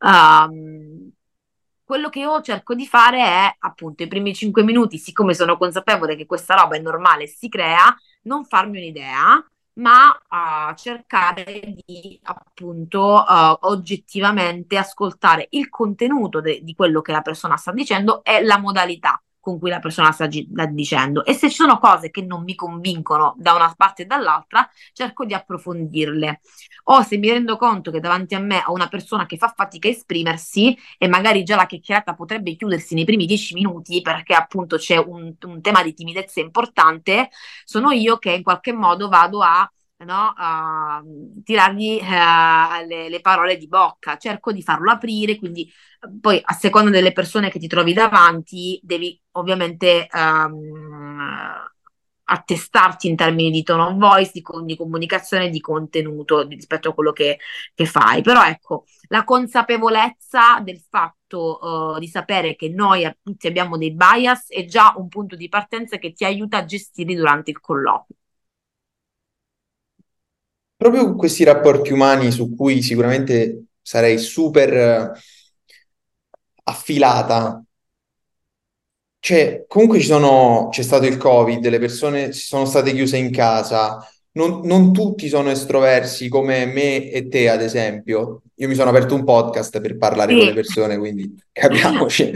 Um, quello che io cerco di fare è, appunto, i primi cinque minuti, siccome sono consapevole che questa roba è normale e si crea, non farmi un'idea, ma uh, cercare di, appunto, uh, oggettivamente ascoltare il contenuto de- di quello che la persona sta dicendo e la modalità con cui la persona sta, gi- sta dicendo. E se ci sono cose che non mi convincono da una parte e dall'altra, cerco di approfondirle. O se mi rendo conto che davanti a me ho una persona che fa fatica a esprimersi, e magari già la chiacchierata potrebbe chiudersi nei primi dieci minuti perché appunto c'è un, un tema di timidezza importante, sono io che in qualche modo vado a, no, a tirargli eh, le, le parole di bocca, cerco di farlo aprire, quindi poi a seconda delle persone che ti trovi davanti devi ovviamente um, attestarti in termini di tone of voice, di, di comunicazione, di contenuto rispetto a quello che, che fai. Però ecco, la consapevolezza del fatto uh, di sapere che noi a- tutti abbiamo dei bias è già un punto di partenza che ti aiuta a gestirli durante il colloquio. Proprio con questi rapporti umani su cui sicuramente sarei super eh, affilata. Cioè, comunque ci sono, c'è stato il Covid, le persone si sono state chiuse in casa, non, non tutti sono estroversi come me e te, ad esempio. Io mi sono aperto un podcast per parlare con le Sì. persone, quindi capiamoci.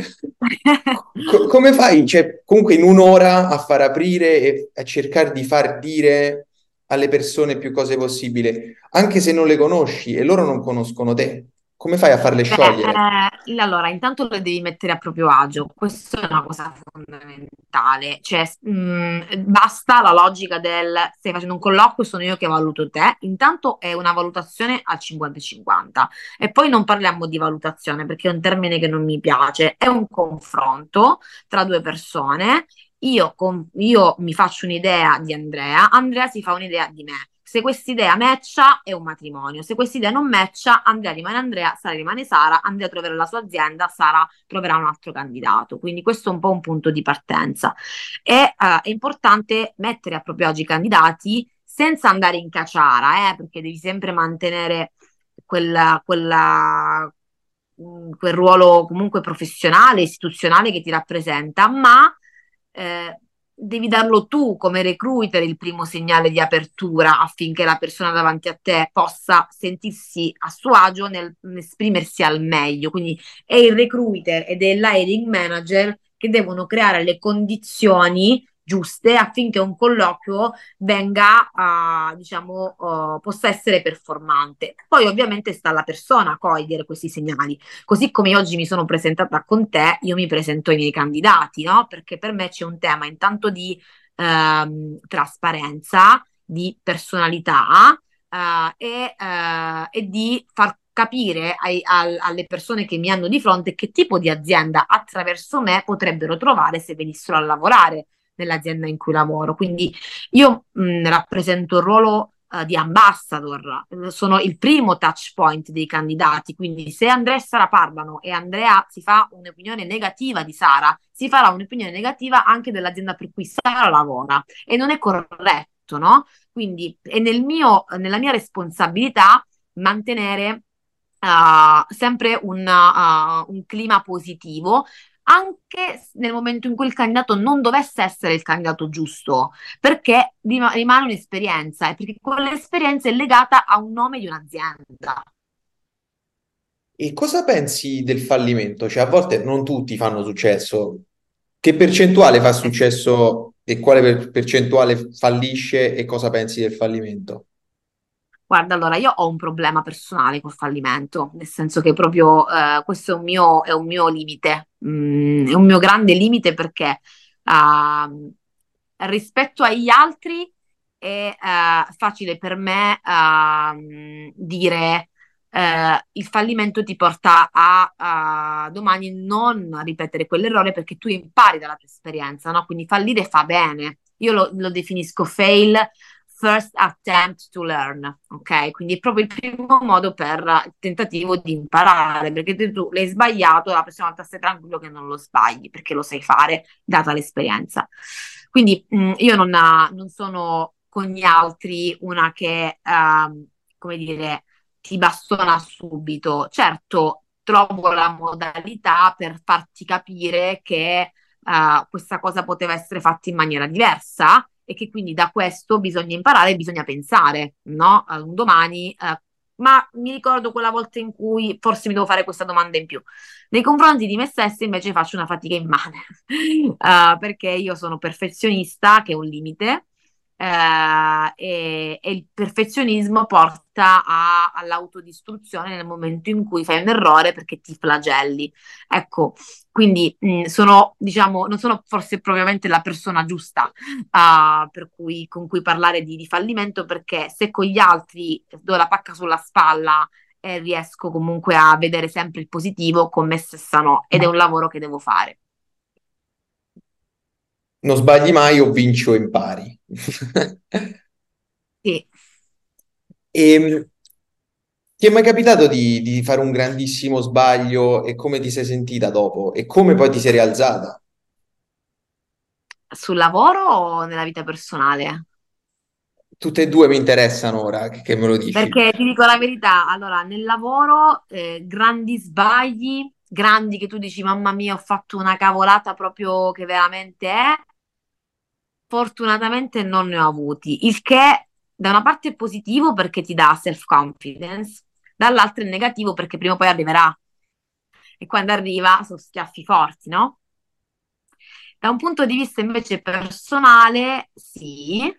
Co- come fai, cioè, comunque in un'ora a far aprire e a cercare di far dire alle persone più cose possibile, anche se non le conosci e loro non conoscono te? Come fai a farle Beh, sciogliere? eh, allora, intanto lo devi mettere a proprio agio, questa è una cosa fondamentale, cioè mh, basta la logica del stai facendo un colloquio, sono io che valuto te, intanto è una valutazione al cinquanta cinquanta e poi non parliamo di valutazione perché è un termine che non mi piace, è un confronto tra due persone, io, con- io mi faccio un'idea di Andrea, Andrea si fa un'idea di me. Se quest'idea matcha è un matrimonio, se quest'idea non matcha, Andrea rimane Andrea, Sara rimane Sara, Andrea troverà la sua azienda, Sara troverà un altro candidato. Quindi questo è un po' un punto di partenza. E eh, è importante mettere a proprio agio i candidati senza andare in caciara, eh, perché devi sempre mantenere quella, quella, mh, quel ruolo comunque professionale, istituzionale che ti rappresenta, ma eh, devi darlo tu come recruiter il primo segnale di apertura affinché la persona davanti a te possa sentirsi a suo agio nel, esprimersi al meglio. Quindi è il recruiter ed è l'hiring manager che devono creare le condizioni giuste affinché un colloquio venga, uh, diciamo, uh, possa essere performante. Poi ovviamente sta alla persona a cogliere questi segnali. Così come oggi mi sono presentata con te, io mi presento ai miei candidati, no? Perché per me c'è un tema intanto di ehm, trasparenza, di personalità eh, e, eh, e di far capire ai- al- alle persone che mi hanno di fronte che tipo di azienda attraverso me potrebbero trovare se venissero a lavorare nell'azienda in cui lavoro. Quindi io mh, rappresento il ruolo eh, di ambassador, eh, sono il primo touch point dei candidati, quindi se Andrea e Sara parlano e Andrea si fa un'opinione negativa di Sara, si farà un'opinione negativa anche dell'azienda per cui Sara lavora e non è corretto, no? Quindi è nel mio, nella mia responsabilità mantenere uh, sempre un, uh, un clima positivo, anche nel momento in cui il candidato non dovesse essere il candidato giusto, perché rima- rimane un'esperienza e perché quell'esperienza è legata a un nome di un'azienda. E cosa pensi del fallimento? Cioè, a volte non tutti fanno successo. Che percentuale fa Eh, successo e quale per- percentuale fallisce e cosa pensi del fallimento? Guarda, allora io ho un problema personale col fallimento, nel senso che proprio eh, questo è un mio, è un mio limite. Mm, è un mio grande limite perché ah, rispetto agli altri è eh, facile per me ah, dire eh, il fallimento ti porta a, a domani non ripetere quell'errore perché tu impari dalla tua esperienza, no? Quindi fallire fa bene. Io lo, lo definisco fail first attempt to learn, ok? Quindi è proprio il primo modo per il tentativo di imparare, perché te tu l'hai sbagliato, la prossima volta stai tranquillo che non lo sbagli, perché lo sai fare, data l'esperienza. Quindi mh, io non, non sono con gli altri una che, ehm, come dire, ti bastona subito. Certo, trovo la modalità per farti capire che eh, questa cosa poteva essere fatta in maniera diversa e che quindi da questo bisogna imparare, bisogna pensare, no? A un domani, eh, ma mi ricordo quella volta in cui forse mi devo fare questa domanda in più. Nei confronti di me stessa invece faccio una fatica immane, uh, perché io sono perfezionista, che è un limite, eh, e, e il perfezionismo porta a- all'autodistruzione nel momento in cui fai un errore perché ti flagelli. Ecco, quindi mh, sono, diciamo, non sono forse propriamente la persona giusta uh, per cui, con cui parlare di, di fallimento, perché se con gli altri do la pacca sulla spalla e riesco comunque a vedere sempre il positivo, con me stessa no, ed è un lavoro che devo fare. Non sbagli mai o vinci o impari. Sì. E ti è mai capitato di, di fare un grandissimo sbaglio e come ti sei sentita dopo? E come poi ti sei rialzata? Sul lavoro o nella vita personale? Tutte e due mi interessano ora che, che me lo dici. Perché ti dico la verità, allora, nel lavoro, eh, grandi sbagli, grandi che tu dici, mamma mia, ho fatto una cavolata proprio che veramente è, fortunatamente non ne ho avuti, il che da una parte è positivo perché ti dà self-confidence, dall'altra è negativo perché prima o poi arriverà e quando arriva sono schiaffi forti, no? Da un punto di vista invece personale, sì, eh,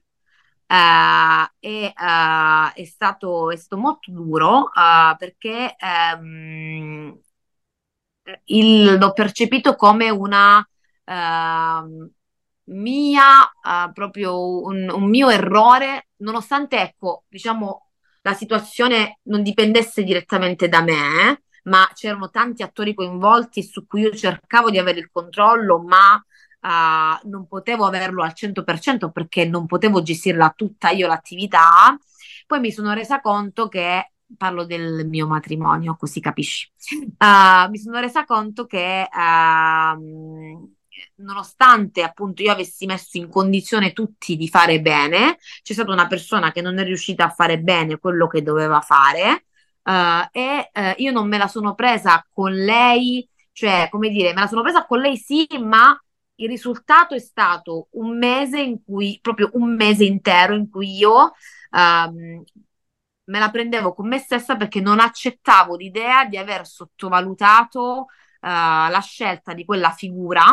e, eh, è stato, è stato molto duro eh, perché ehm, il- l'ho percepito come una ehm, mia, eh, proprio un, un mio errore, nonostante, ecco, diciamo, la situazione non dipendesse direttamente da me, ma c'erano tanti attori coinvolti su cui io cercavo di avere il controllo, ma eh, non potevo averlo al cento per cento perché non potevo gestirla tutta io l'attività. Poi mi sono resa conto che parlo del mio matrimonio, così capisci. Uh, mi sono resa conto che ehm, nonostante appunto io avessi messo in condizione tutti di fare bene, c'è stata una persona che non è riuscita a fare bene quello che doveva fare, eh, e eh, io non me la sono presa con lei, cioè come dire, me la sono presa con lei sì, ma il risultato è stato un mese in cui, proprio un mese intero in cui io ehm, me la prendevo con me stessa perché non accettavo l'idea di aver sottovalutato eh, la scelta di quella figura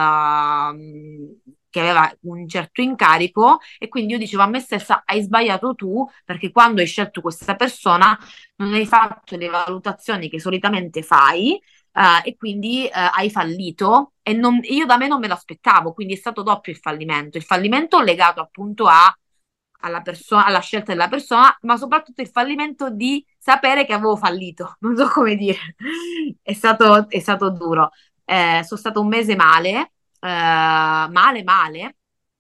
ehm, che aveva un certo incarico e quindi io dicevo a me stessa hai sbagliato tu perché quando hai scelto questa persona non hai fatto le valutazioni che solitamente fai eh, e quindi eh, hai fallito e non- io da me non me lo aspettavo, quindi è stato doppio il fallimento. Il fallimento legato appunto a alla persona, alla scelta della persona, ma soprattutto il fallimento di sapere che avevo fallito. Non so come dire. È stato, è stato duro. Eh, sono stato un mese male, eh, male, male.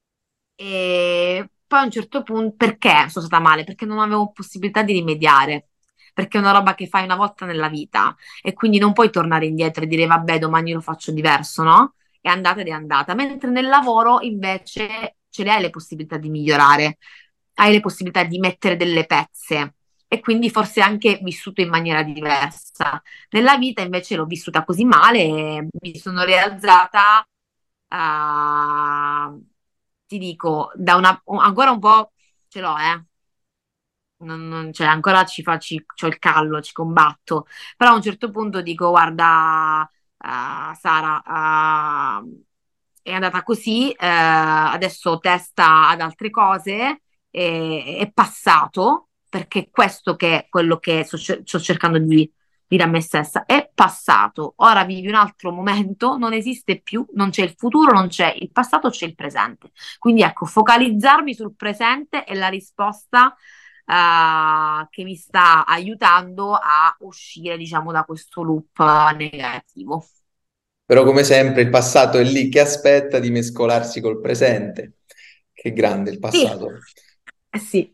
E poi a un certo punto, perché sono stata male? Perché non avevo possibilità di rimediare. Perché è una roba che fai una volta nella vita e quindi non puoi tornare indietro e dire vabbè, domani lo faccio diverso, no? È andata ed è andata. Mentre nel lavoro invece ce le hai le possibilità di migliorare hai le possibilità di mettere delle pezze. e quindi forse anche vissuto in maniera diversa. Nella vita invece l'ho vissuta così male e mi sono rialzata, ah, ti dico, da una, ancora un po' ce l'ho, eh. Non, non- cioè, ancora ci faccio il callo, ci combatto, però a un certo punto dico, guarda, eh, Sara, eh, è andata così, eh, adesso testa ad altre cose, e- è passato, perché questo che è quello che sto, cer- sto cercando di dire a me stessa, è passato, ora vivi un altro momento, non esiste più, non c'è il futuro, non c'è il passato, c'è il presente. Quindi ecco, focalizzarmi sul presente è la risposta eh, che mi sta aiutando a uscire, diciamo, da questo loop eh, negativo. Però come sempre il passato è lì che aspetta di mescolarsi col presente. Che grande il Sì, passato. eh sì.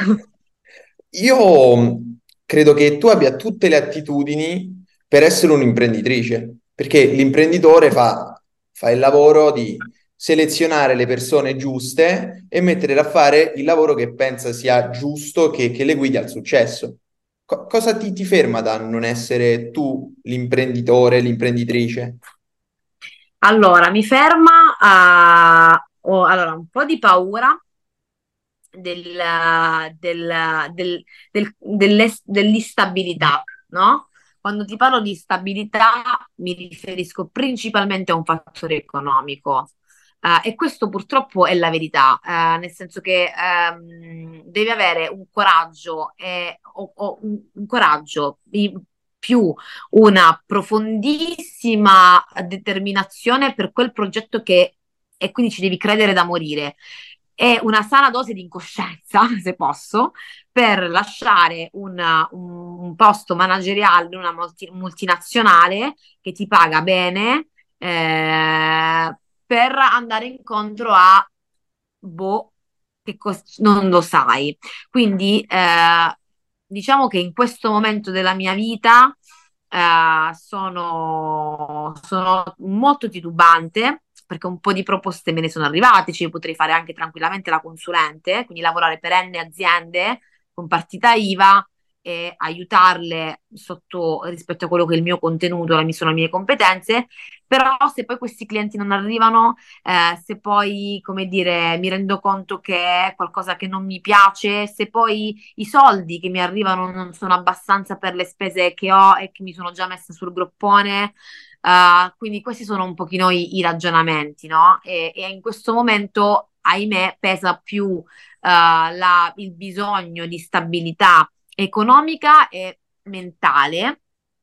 Io mh, credo che tu abbia tutte le attitudini per essere un'imprenditrice, perché l'imprenditore fa, fa il lavoro di selezionare le persone giuste e mettere a fare il lavoro che pensa sia giusto, che, che le guidi al successo. Co- cosa ti, ti ferma da non essere tu l'imprenditore, l'imprenditrice? Allora, mi ferma a... ho, allora, un po' di paura del, del- del- del- dell'es- dell'instabilità, no? Quando ti parlo di stabilità mi riferisco principalmente a un fattore economico. Eh, e questo purtroppo è la verità, eh, nel senso che ehm, devi avere un coraggio, e, o- o un, un coraggio di- più una profondissima determinazione per quel progetto che, e quindi ci devi credere da morire, e una sana dose di incoscienza, se posso, per lasciare un, un- un posto manageriale in una multi- multinazionale che ti paga bene, eh, per andare incontro a boh, che cos- non lo sai. Quindi eh, diciamo che in questo momento della mia vita eh, sono, sono molto titubante, perché un po' di proposte me ne sono arrivate, cioè io potrei fare anche tranquillamente la consulente, quindi lavorare per N aziende con partita I V A e aiutarle sotto rispetto a quello che è il mio contenuto, le mie, sono le mie competenze, però se poi questi clienti non arrivano, eh, se poi, come dire, mi rendo conto che è qualcosa che non mi piace, se poi i soldi che mi arrivano non sono abbastanza per le spese che ho e che mi sono già messa sul groppone, eh, quindi questi sono un pochino i, i ragionamenti, no? E, e in questo momento, ahimè, pesa più, eh, la- il bisogno di stabilità economica e mentale.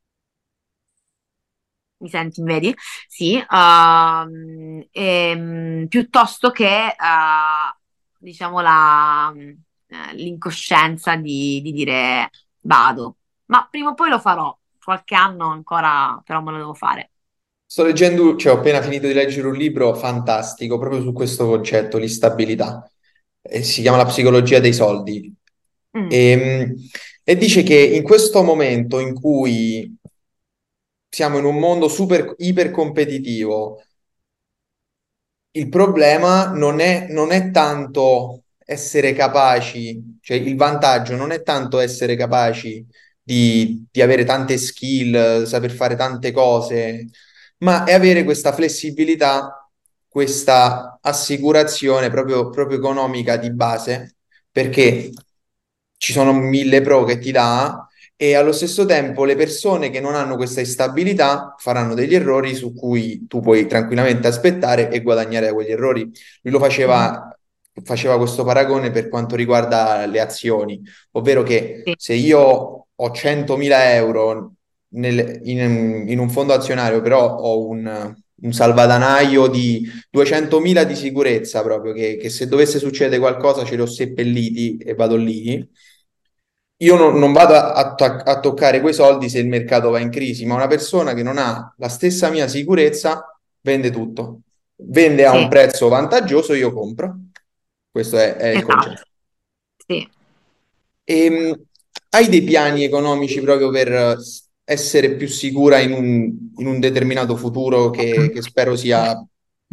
Mi senti, mi vedi? Sì, ehm, ehm, piuttosto che, eh, diciamo, la, eh, l'incoscienza di, di dire vado. Ma prima o poi lo farò, qualche anno ancora, però me lo devo fare. Sto leggendo, cioè ho appena finito di leggere un libro fantastico proprio su questo concetto, l'instabilità. Eh, si chiama La psicologia dei soldi. Mm, E, e dice che in questo momento in cui siamo in un mondo super iper competitivo, il problema non è, non è tanto essere capaci, cioè il vantaggio non è tanto essere capaci di, di avere tante skill, saper fare tante cose, ma è avere questa flessibilità, questa assicurazione proprio, proprio economica di base, perché ci sono mille pro che ti dà e allo stesso tempo le persone che non hanno questa instabilità faranno degli errori su cui tu puoi tranquillamente aspettare e guadagnare da quegli errori. Lui lo mhm, faceva, faceva questo paragone per quanto riguarda le azioni, ovvero sì, che se io ho centomila euro nel- in, in un fondo azionario, però ho un, un salvadanaio di duecentomila di sicurezza proprio, che, che se dovesse succedere qualcosa ce li ho seppelliti e vado lì. Io non, non vado a, a to- a toccare quei soldi se il mercato va in crisi, ma una persona che non ha la stessa mia sicurezza vende tutto. Vende a un sì, prezzo vantaggioso, io compro. Questo è, è il esatto, concetto. sì. E, hai dei piani economici proprio per eh, essere più sicura in un, in un determinato futuro che, che spero sia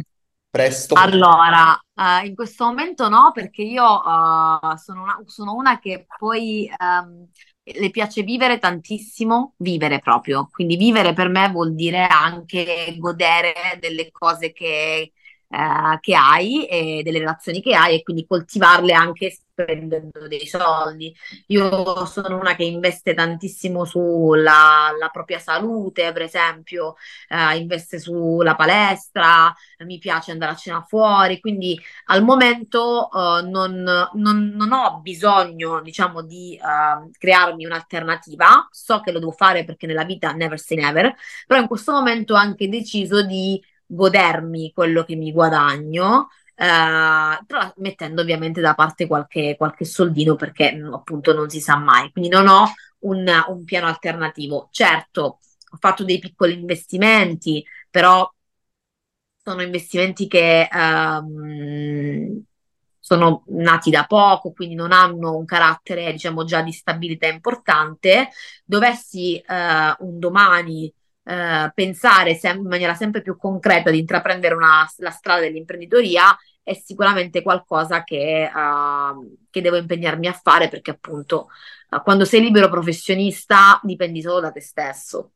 presto? Allora, eh, in questo momento no, perché io eh, sono una, sono una che poi ehm, le piace vivere tantissimo, vivere proprio. Quindi vivere per me vuol dire anche godere delle cose che, eh, che hai e delle relazioni che hai e quindi coltivarle anche spendendo dei soldi. Io sono una che investe tantissimo sulla la propria salute, per esempio, eh, investe sulla palestra, mi piace andare a cena fuori, quindi al momento eh, non, non- non ho bisogno, diciamo, di eh, crearmi un'alternativa. So che lo devo fare perché nella vita never say never, però in questo momento ho anche deciso di godermi quello che mi guadagno. Eh, tra- mettendo ovviamente da parte qualche, qualche soldino perché mm, appunto non si sa mai, quindi non ho un, un piano alternativo. Certo, ho fatto dei piccoli investimenti, però sono investimenti che ehm, sono nati da poco, quindi non hanno un carattere, diciamo, già di stabilità importante. Dovessi eh, un domani eh, pensare sem- in maniera sempre più concreta di intraprendere una- la strada dell'imprenditoria, è sicuramente qualcosa che, ehm, che devo impegnarmi a fare perché appunto eh, quando sei libero professionista dipendi solo da te stesso.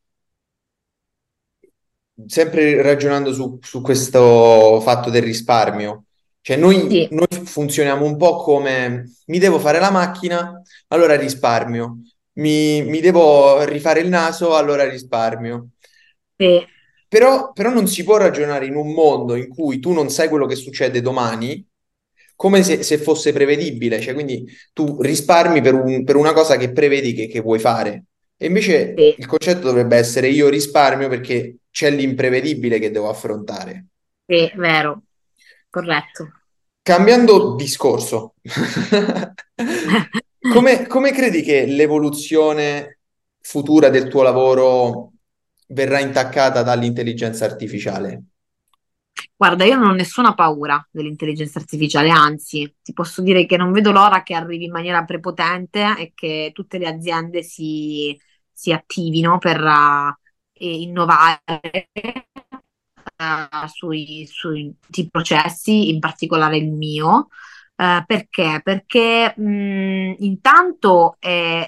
Sempre ragionando su, su questo fatto del risparmio, cioè noi, Sì, noi funzioniamo un po' come mi devo fare la macchina, allora risparmio, mi, mi devo rifare il naso, allora risparmio. sì, Però, però non si può ragionare in un mondo in cui tu non sai quello che succede domani, come se, se fosse prevedibile, cioè quindi tu risparmi per, un- per una cosa che prevedi che, che vuoi fare. E invece sì, il concetto dovrebbe essere io risparmio perché c'è l'imprevedibile che devo affrontare. sì, vero, corretto. Cambiando discorso, come, come credi che l'evoluzione futura del tuo lavoro verrà intaccata dall'intelligenza artificiale? Guarda, io non ho nessuna paura dell'intelligenza artificiale, anzi, ti posso dire che non vedo l'ora che arrivi in maniera prepotente e che tutte le aziende si, si attivino per eh, innovare eh, sui, sui tutti i processi, in particolare il mio. Eh, perché? Perché mh, intanto è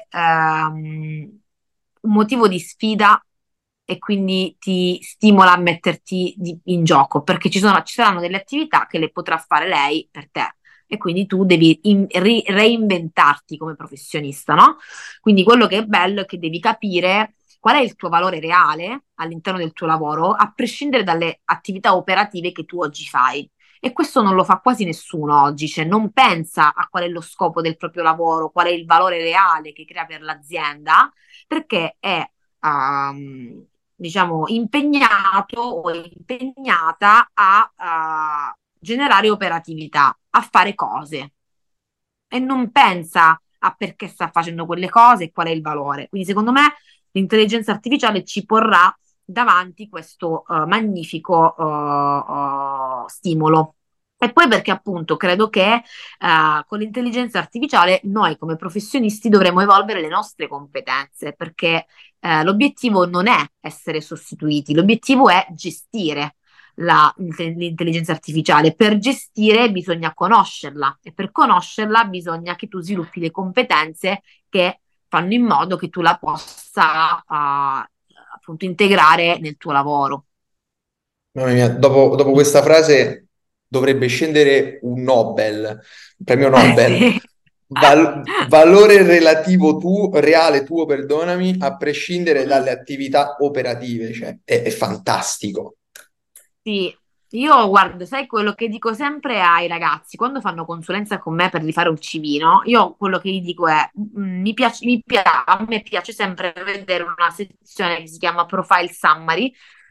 ehm, un motivo di sfida e quindi ti stimola a metterti di- in gioco, perché ci sono, ci saranno delle attività che le potrà fare lei per te. E quindi tu devi in- ri- reinventarti come professionista, no? Quindi quello che è bello è che devi capire qual è il tuo valore reale all'interno del tuo lavoro, a prescindere dalle attività operative che tu oggi fai. E questo non lo fa quasi nessuno oggi, cioè non pensa a qual è lo scopo del proprio lavoro, qual è il valore reale che crea per l'azienda, perché è, um, diciamo, impegnato o impegnata a, a generare operatività, a fare cose e non pensa a perché sta facendo quelle cose e qual è il valore. Quindi, secondo me, l'intelligenza artificiale ci porrà davanti questo uh, magnifico uh, uh, stimolo. E poi perché appunto credo che uh, con l'intelligenza artificiale noi come professionisti dovremo evolvere le nostre competenze, perché uh, l'obiettivo non è essere sostituiti, l'obiettivo è gestire la- l'intelligenza artificiale. Per gestire bisogna conoscerla e per conoscerla bisogna che tu sviluppi le competenze che fanno in modo che tu la possa ah, appunto integrare nel tuo lavoro. Mamma mia, dopo, dopo questa frase dovrebbe scendere un Nobel, un premio Eh, Nobel. sì. Val- valore relativo tu, reale tuo, perdonami, a prescindere dalle attività operative, cioè è, è fantastico. Sì, io guardo, sai quello che dico sempre ai ragazzi quando fanno consulenza con me per rifare un C V, no? Io quello che gli dico è, mm, mi piace, mi pia- a me piace sempre vedere una sezione che si chiama Profile Summary,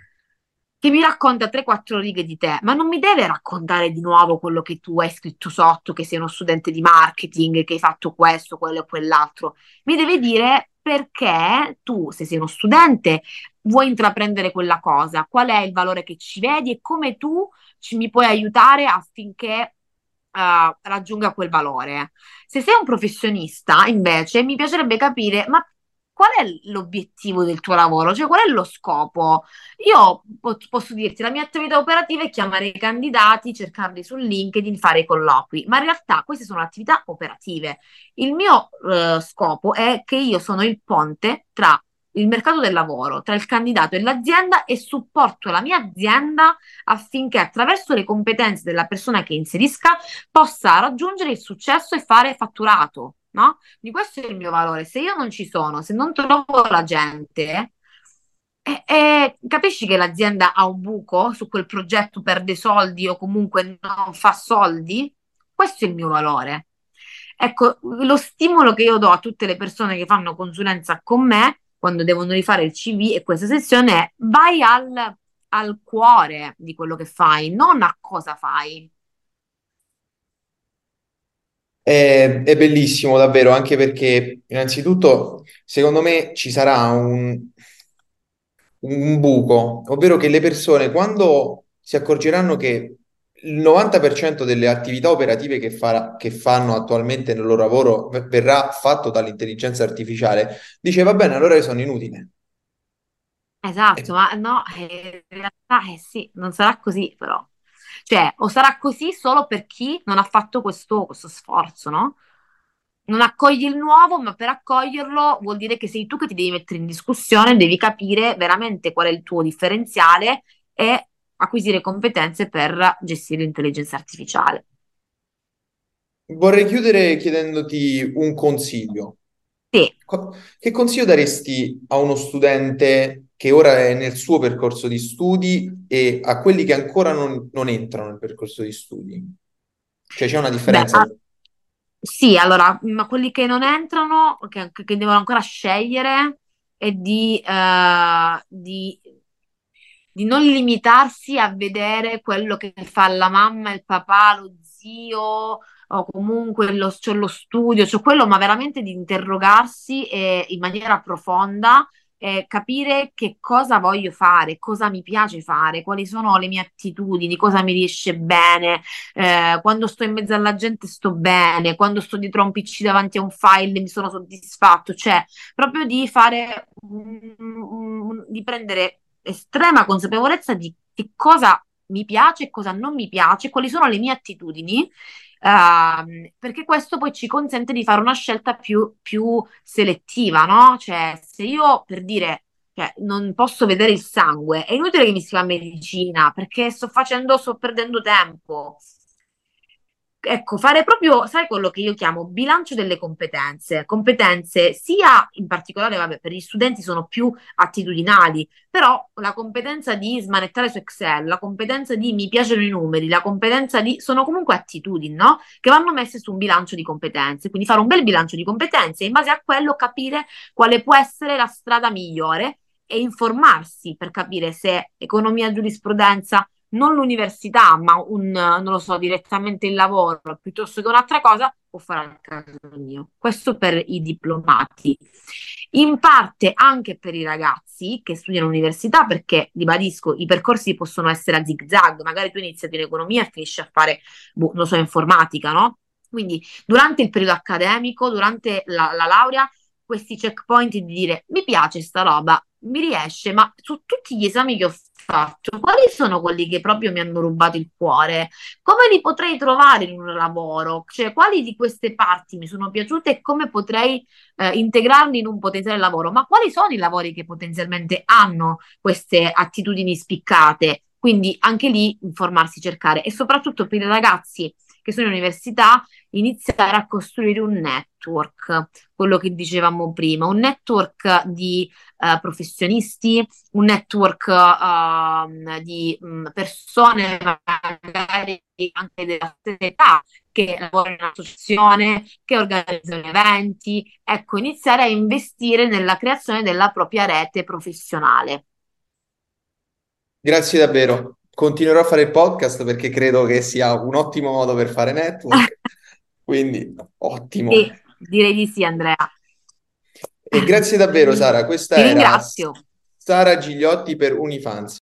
che mi racconta tre quattro righe di te, ma non mi deve raccontare di nuovo quello che tu hai scritto sotto, che sei uno studente di marketing, che hai fatto questo, quello e quell'altro. Mi deve dire perché tu, se sei uno studente, vuoi intraprendere quella cosa, qual è il valore che ci vedi e come tu ci, mi puoi aiutare affinché eh, raggiunga quel valore. Se sei un professionista, invece, mi piacerebbe capire, ma qual è l'obiettivo del tuo lavoro? Cioè, qual è lo scopo? Io po- posso dirti, la mia attività operativa è chiamare i candidati, cercarli su LinkedIn, fare i colloqui, ma in realtà queste sono attività operative. Il mio eh, scopo è che io sono il ponte tra il mercato del lavoro, tra il candidato e l'azienda e supporto la mia azienda affinché attraverso le competenze della persona che inserisca possa raggiungere il successo e fare fatturato, no? Di questo è il mio valore. Se io non ci sono, se non trovo la gente, eh, eh, capisci che l'azienda ha un buco su quel progetto, perde soldi o comunque non fa soldi? Questo è il mio valore. Ecco, lo stimolo che io do a tutte le persone che fanno consulenza con me quando devono rifare il C V e questa sessione è vai al, al cuore di quello che fai, non a cosa fai. È, è bellissimo davvero, anche perché innanzitutto secondo me ci sarà un, un buco, ovvero che le persone quando si accorgeranno che il novanta per cento delle attività operative che, fa- che fanno attualmente nel loro lavoro v- verrà fatto dall'intelligenza artificiale, dice va bene, allora io sono inutile. Esatto, E ma no, eh, in realtà eh sì, non sarà così però. Cioè, o sarà così solo per chi non ha fatto questo, questo sforzo, no? Non accogli il nuovo, ma per accoglierlo vuol dire che sei tu che ti devi mettere in discussione, devi capire veramente qual è il tuo differenziale e acquisire competenze per gestire l'intelligenza artificiale. vorrei chiudere chiedendoti un consiglio. Sì, Co- Che consiglio daresti a uno studente che ora è nel suo percorso di studi e a quelli che ancora non, non entrano nel percorso di studi? Cioè c'è una beh, differenza? ah, sì, allora, ma quelli che non entrano, che, che devono ancora scegliere, è di, eh, di, di non limitarsi a vedere quello che fa la mamma, il papà, lo zio, o comunque lo, c'è lo studio, cioè quello, ma veramente di interrogarsi e, in maniera profonda e capire che cosa voglio fare, cosa mi piace fare, quali sono le mie attitudini, cosa mi riesce bene, eh, quando sto in mezzo alla gente sto bene, quando sto dietro a un P C davanti a un file mi sono soddisfatto, cioè proprio di fare, un- un- di prendere estrema consapevolezza di che cosa mi piace e cosa non mi piace, quali sono le mie attitudini, ehm, perché questo poi ci consente di fare una scelta più, più selettiva, no? Cioè, se io per dire cioè, non posso vedere il sangue. È inutile che mi scriva medicina perché sto facendo, sto perdendo tempo. Ecco, fare proprio, sai quello che io chiamo bilancio delle competenze. Competenze sia in particolare, vabbè, per gli studenti sono più attitudinali, però la competenza di smanettare su Excel, la competenza di mi piacciono i numeri, la competenza di sono comunque attitudini, no? Che vanno messe su un bilancio di competenze. Quindi fare un bel bilancio di competenze e in base a quello capire quale può essere la strada migliore e informarsi per capire se economia, giurisprudenza non l'università, ma un, non lo so, direttamente il lavoro, piuttosto che un'altra cosa, può fare al caso mio. Questo per i diplomati. In parte anche per i ragazzi che studiano all'università, perché, ribadisco, i percorsi possono essere a zig-zag, magari tu inizi in economia e finisci a fare, boh, non so, informatica, no? Quindi durante il periodo accademico, durante la, la laurea, questi checkpoint di dire mi piace sta roba, mi riesce, ma su tutti gli esami che ho fatto, quali sono quelli che proprio mi hanno rubato il cuore? Come li potrei trovare in un lavoro? Cioè, quali di queste parti mi sono piaciute e come potrei eh, integrarli in un potenziale lavoro? Ma quali sono i lavori che potenzialmente hanno queste attitudini spiccate? Quindi anche lì informarsi, cercare e soprattutto per i ragazzi che sono in università, iniziare a costruire un network, quello che dicevamo prima, un network di eh, professionisti, un network ehm, di mh, persone magari anche della stessa età che lavorano in associazione, che organizzano eventi, ecco, iniziare a investire nella creazione della propria rete professionale. Grazie davvero. Continuerò a fare il podcast perché credo che sia un ottimo modo per fare network. Quindi, ottimo. Sì, direi di sì, Andrea. E grazie davvero, Sara. Questa Ti era ringrazio. Sara Gigliotti per Unifans.